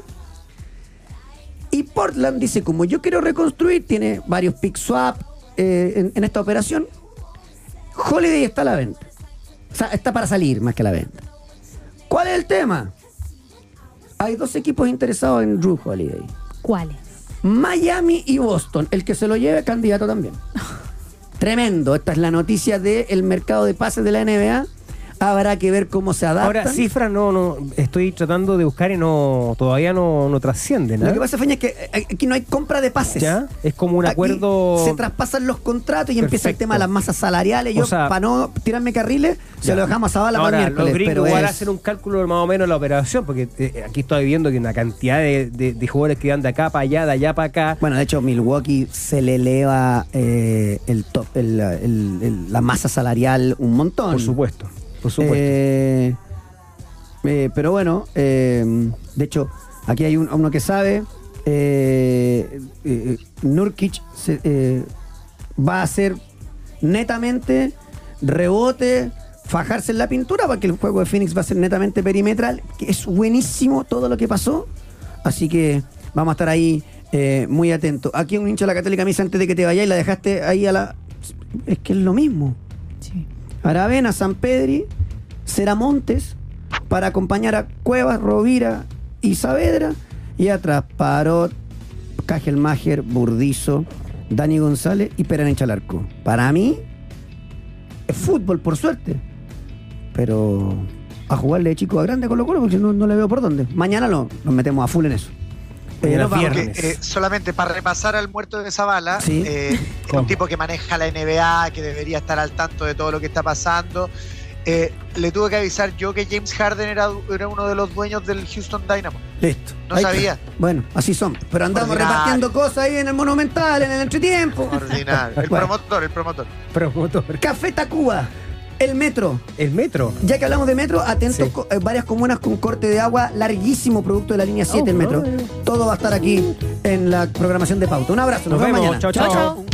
Y Portland dice, como yo quiero reconstruir, tiene varios pick swap en esta operación. Holiday está a la venta. O sea, está para salir más que a la venta. ¿Cuál es el tema? Hay 2 equipos interesados en Drew Holiday. ¿Cuáles? Miami y Boston. El que se lo lleve, candidato también. Tremendo. Esta es la noticia del mercado de pases de la NBA. Habrá que ver cómo se adaptan. Ahora, cifras no estoy tratando de buscar y todavía no trascienden. Lo que pasa, Feña, es que aquí no hay compra de pases. ¿Ya? Es como un Aquí acuerdo. se traspasan los contratos y empieza el Perfecto. tema de las masas salariales. Yo, O sea, para no tirarme carriles, se lo dejamos a Zavala para el Ahora, miércoles. los gringos Pero igual es- hacen un cálculo más o menos de la operación, porque aquí estoy viendo que una cantidad de jugadores que van de acá para allá, de allá para acá. Bueno, de hecho, Milwaukee se le eleva la masa salarial un montón. Por supuesto. Pero bueno, de hecho, aquí hay uno que sabe. Nurkic va a hacer netamente rebote, fajarse en la pintura, porque el juego de Phoenix va a ser netamente perimetral, que es buenísimo todo lo que pasó. Así que vamos a estar ahí muy atentos. Aquí un hincha de la Católica me dice, antes de que te vayas, y la dejaste ahí a la... Es que es lo mismo. Sí. Aravena, San Pedri, Ceramontes, para acompañar a Cuevas, Rovira y Saavedra. Y atrás, Parot, Cajelmacher, Burdizo, Dani González y Peranich al arco. Para mí, es fútbol, por suerte. Pero a jugarle de chico a grande con Colo-Colo, porque no le veo por dónde. Mañana nos metemos a full en eso. Mañana Nos vamos. viernes. Solamente para repasar al muerto de Zavala, Sí. es un tipo que maneja la NBA, que debería estar al tanto de todo lo que está pasando. Le tuve que avisar yo que James Harden era uno de los dueños del Houston Dynamo. Listo. No Ahí sabía. está. Bueno, así son. Pero andamos Ordinario. repartiendo cosas ahí en el Monumental, en el entretiempo. Ordinario. El Bueno. promotor. Promotor. Café Tacuba, el metro. El metro. Ya que hablamos de metro, atentos, Sí. varias comunas con corte de agua larguísimo, producto de la línea 7 del metro. Todo va a estar aquí en la programación de Pauta. Un abrazo, Nos vemos. mañana. Chao, Chao, chao. chao.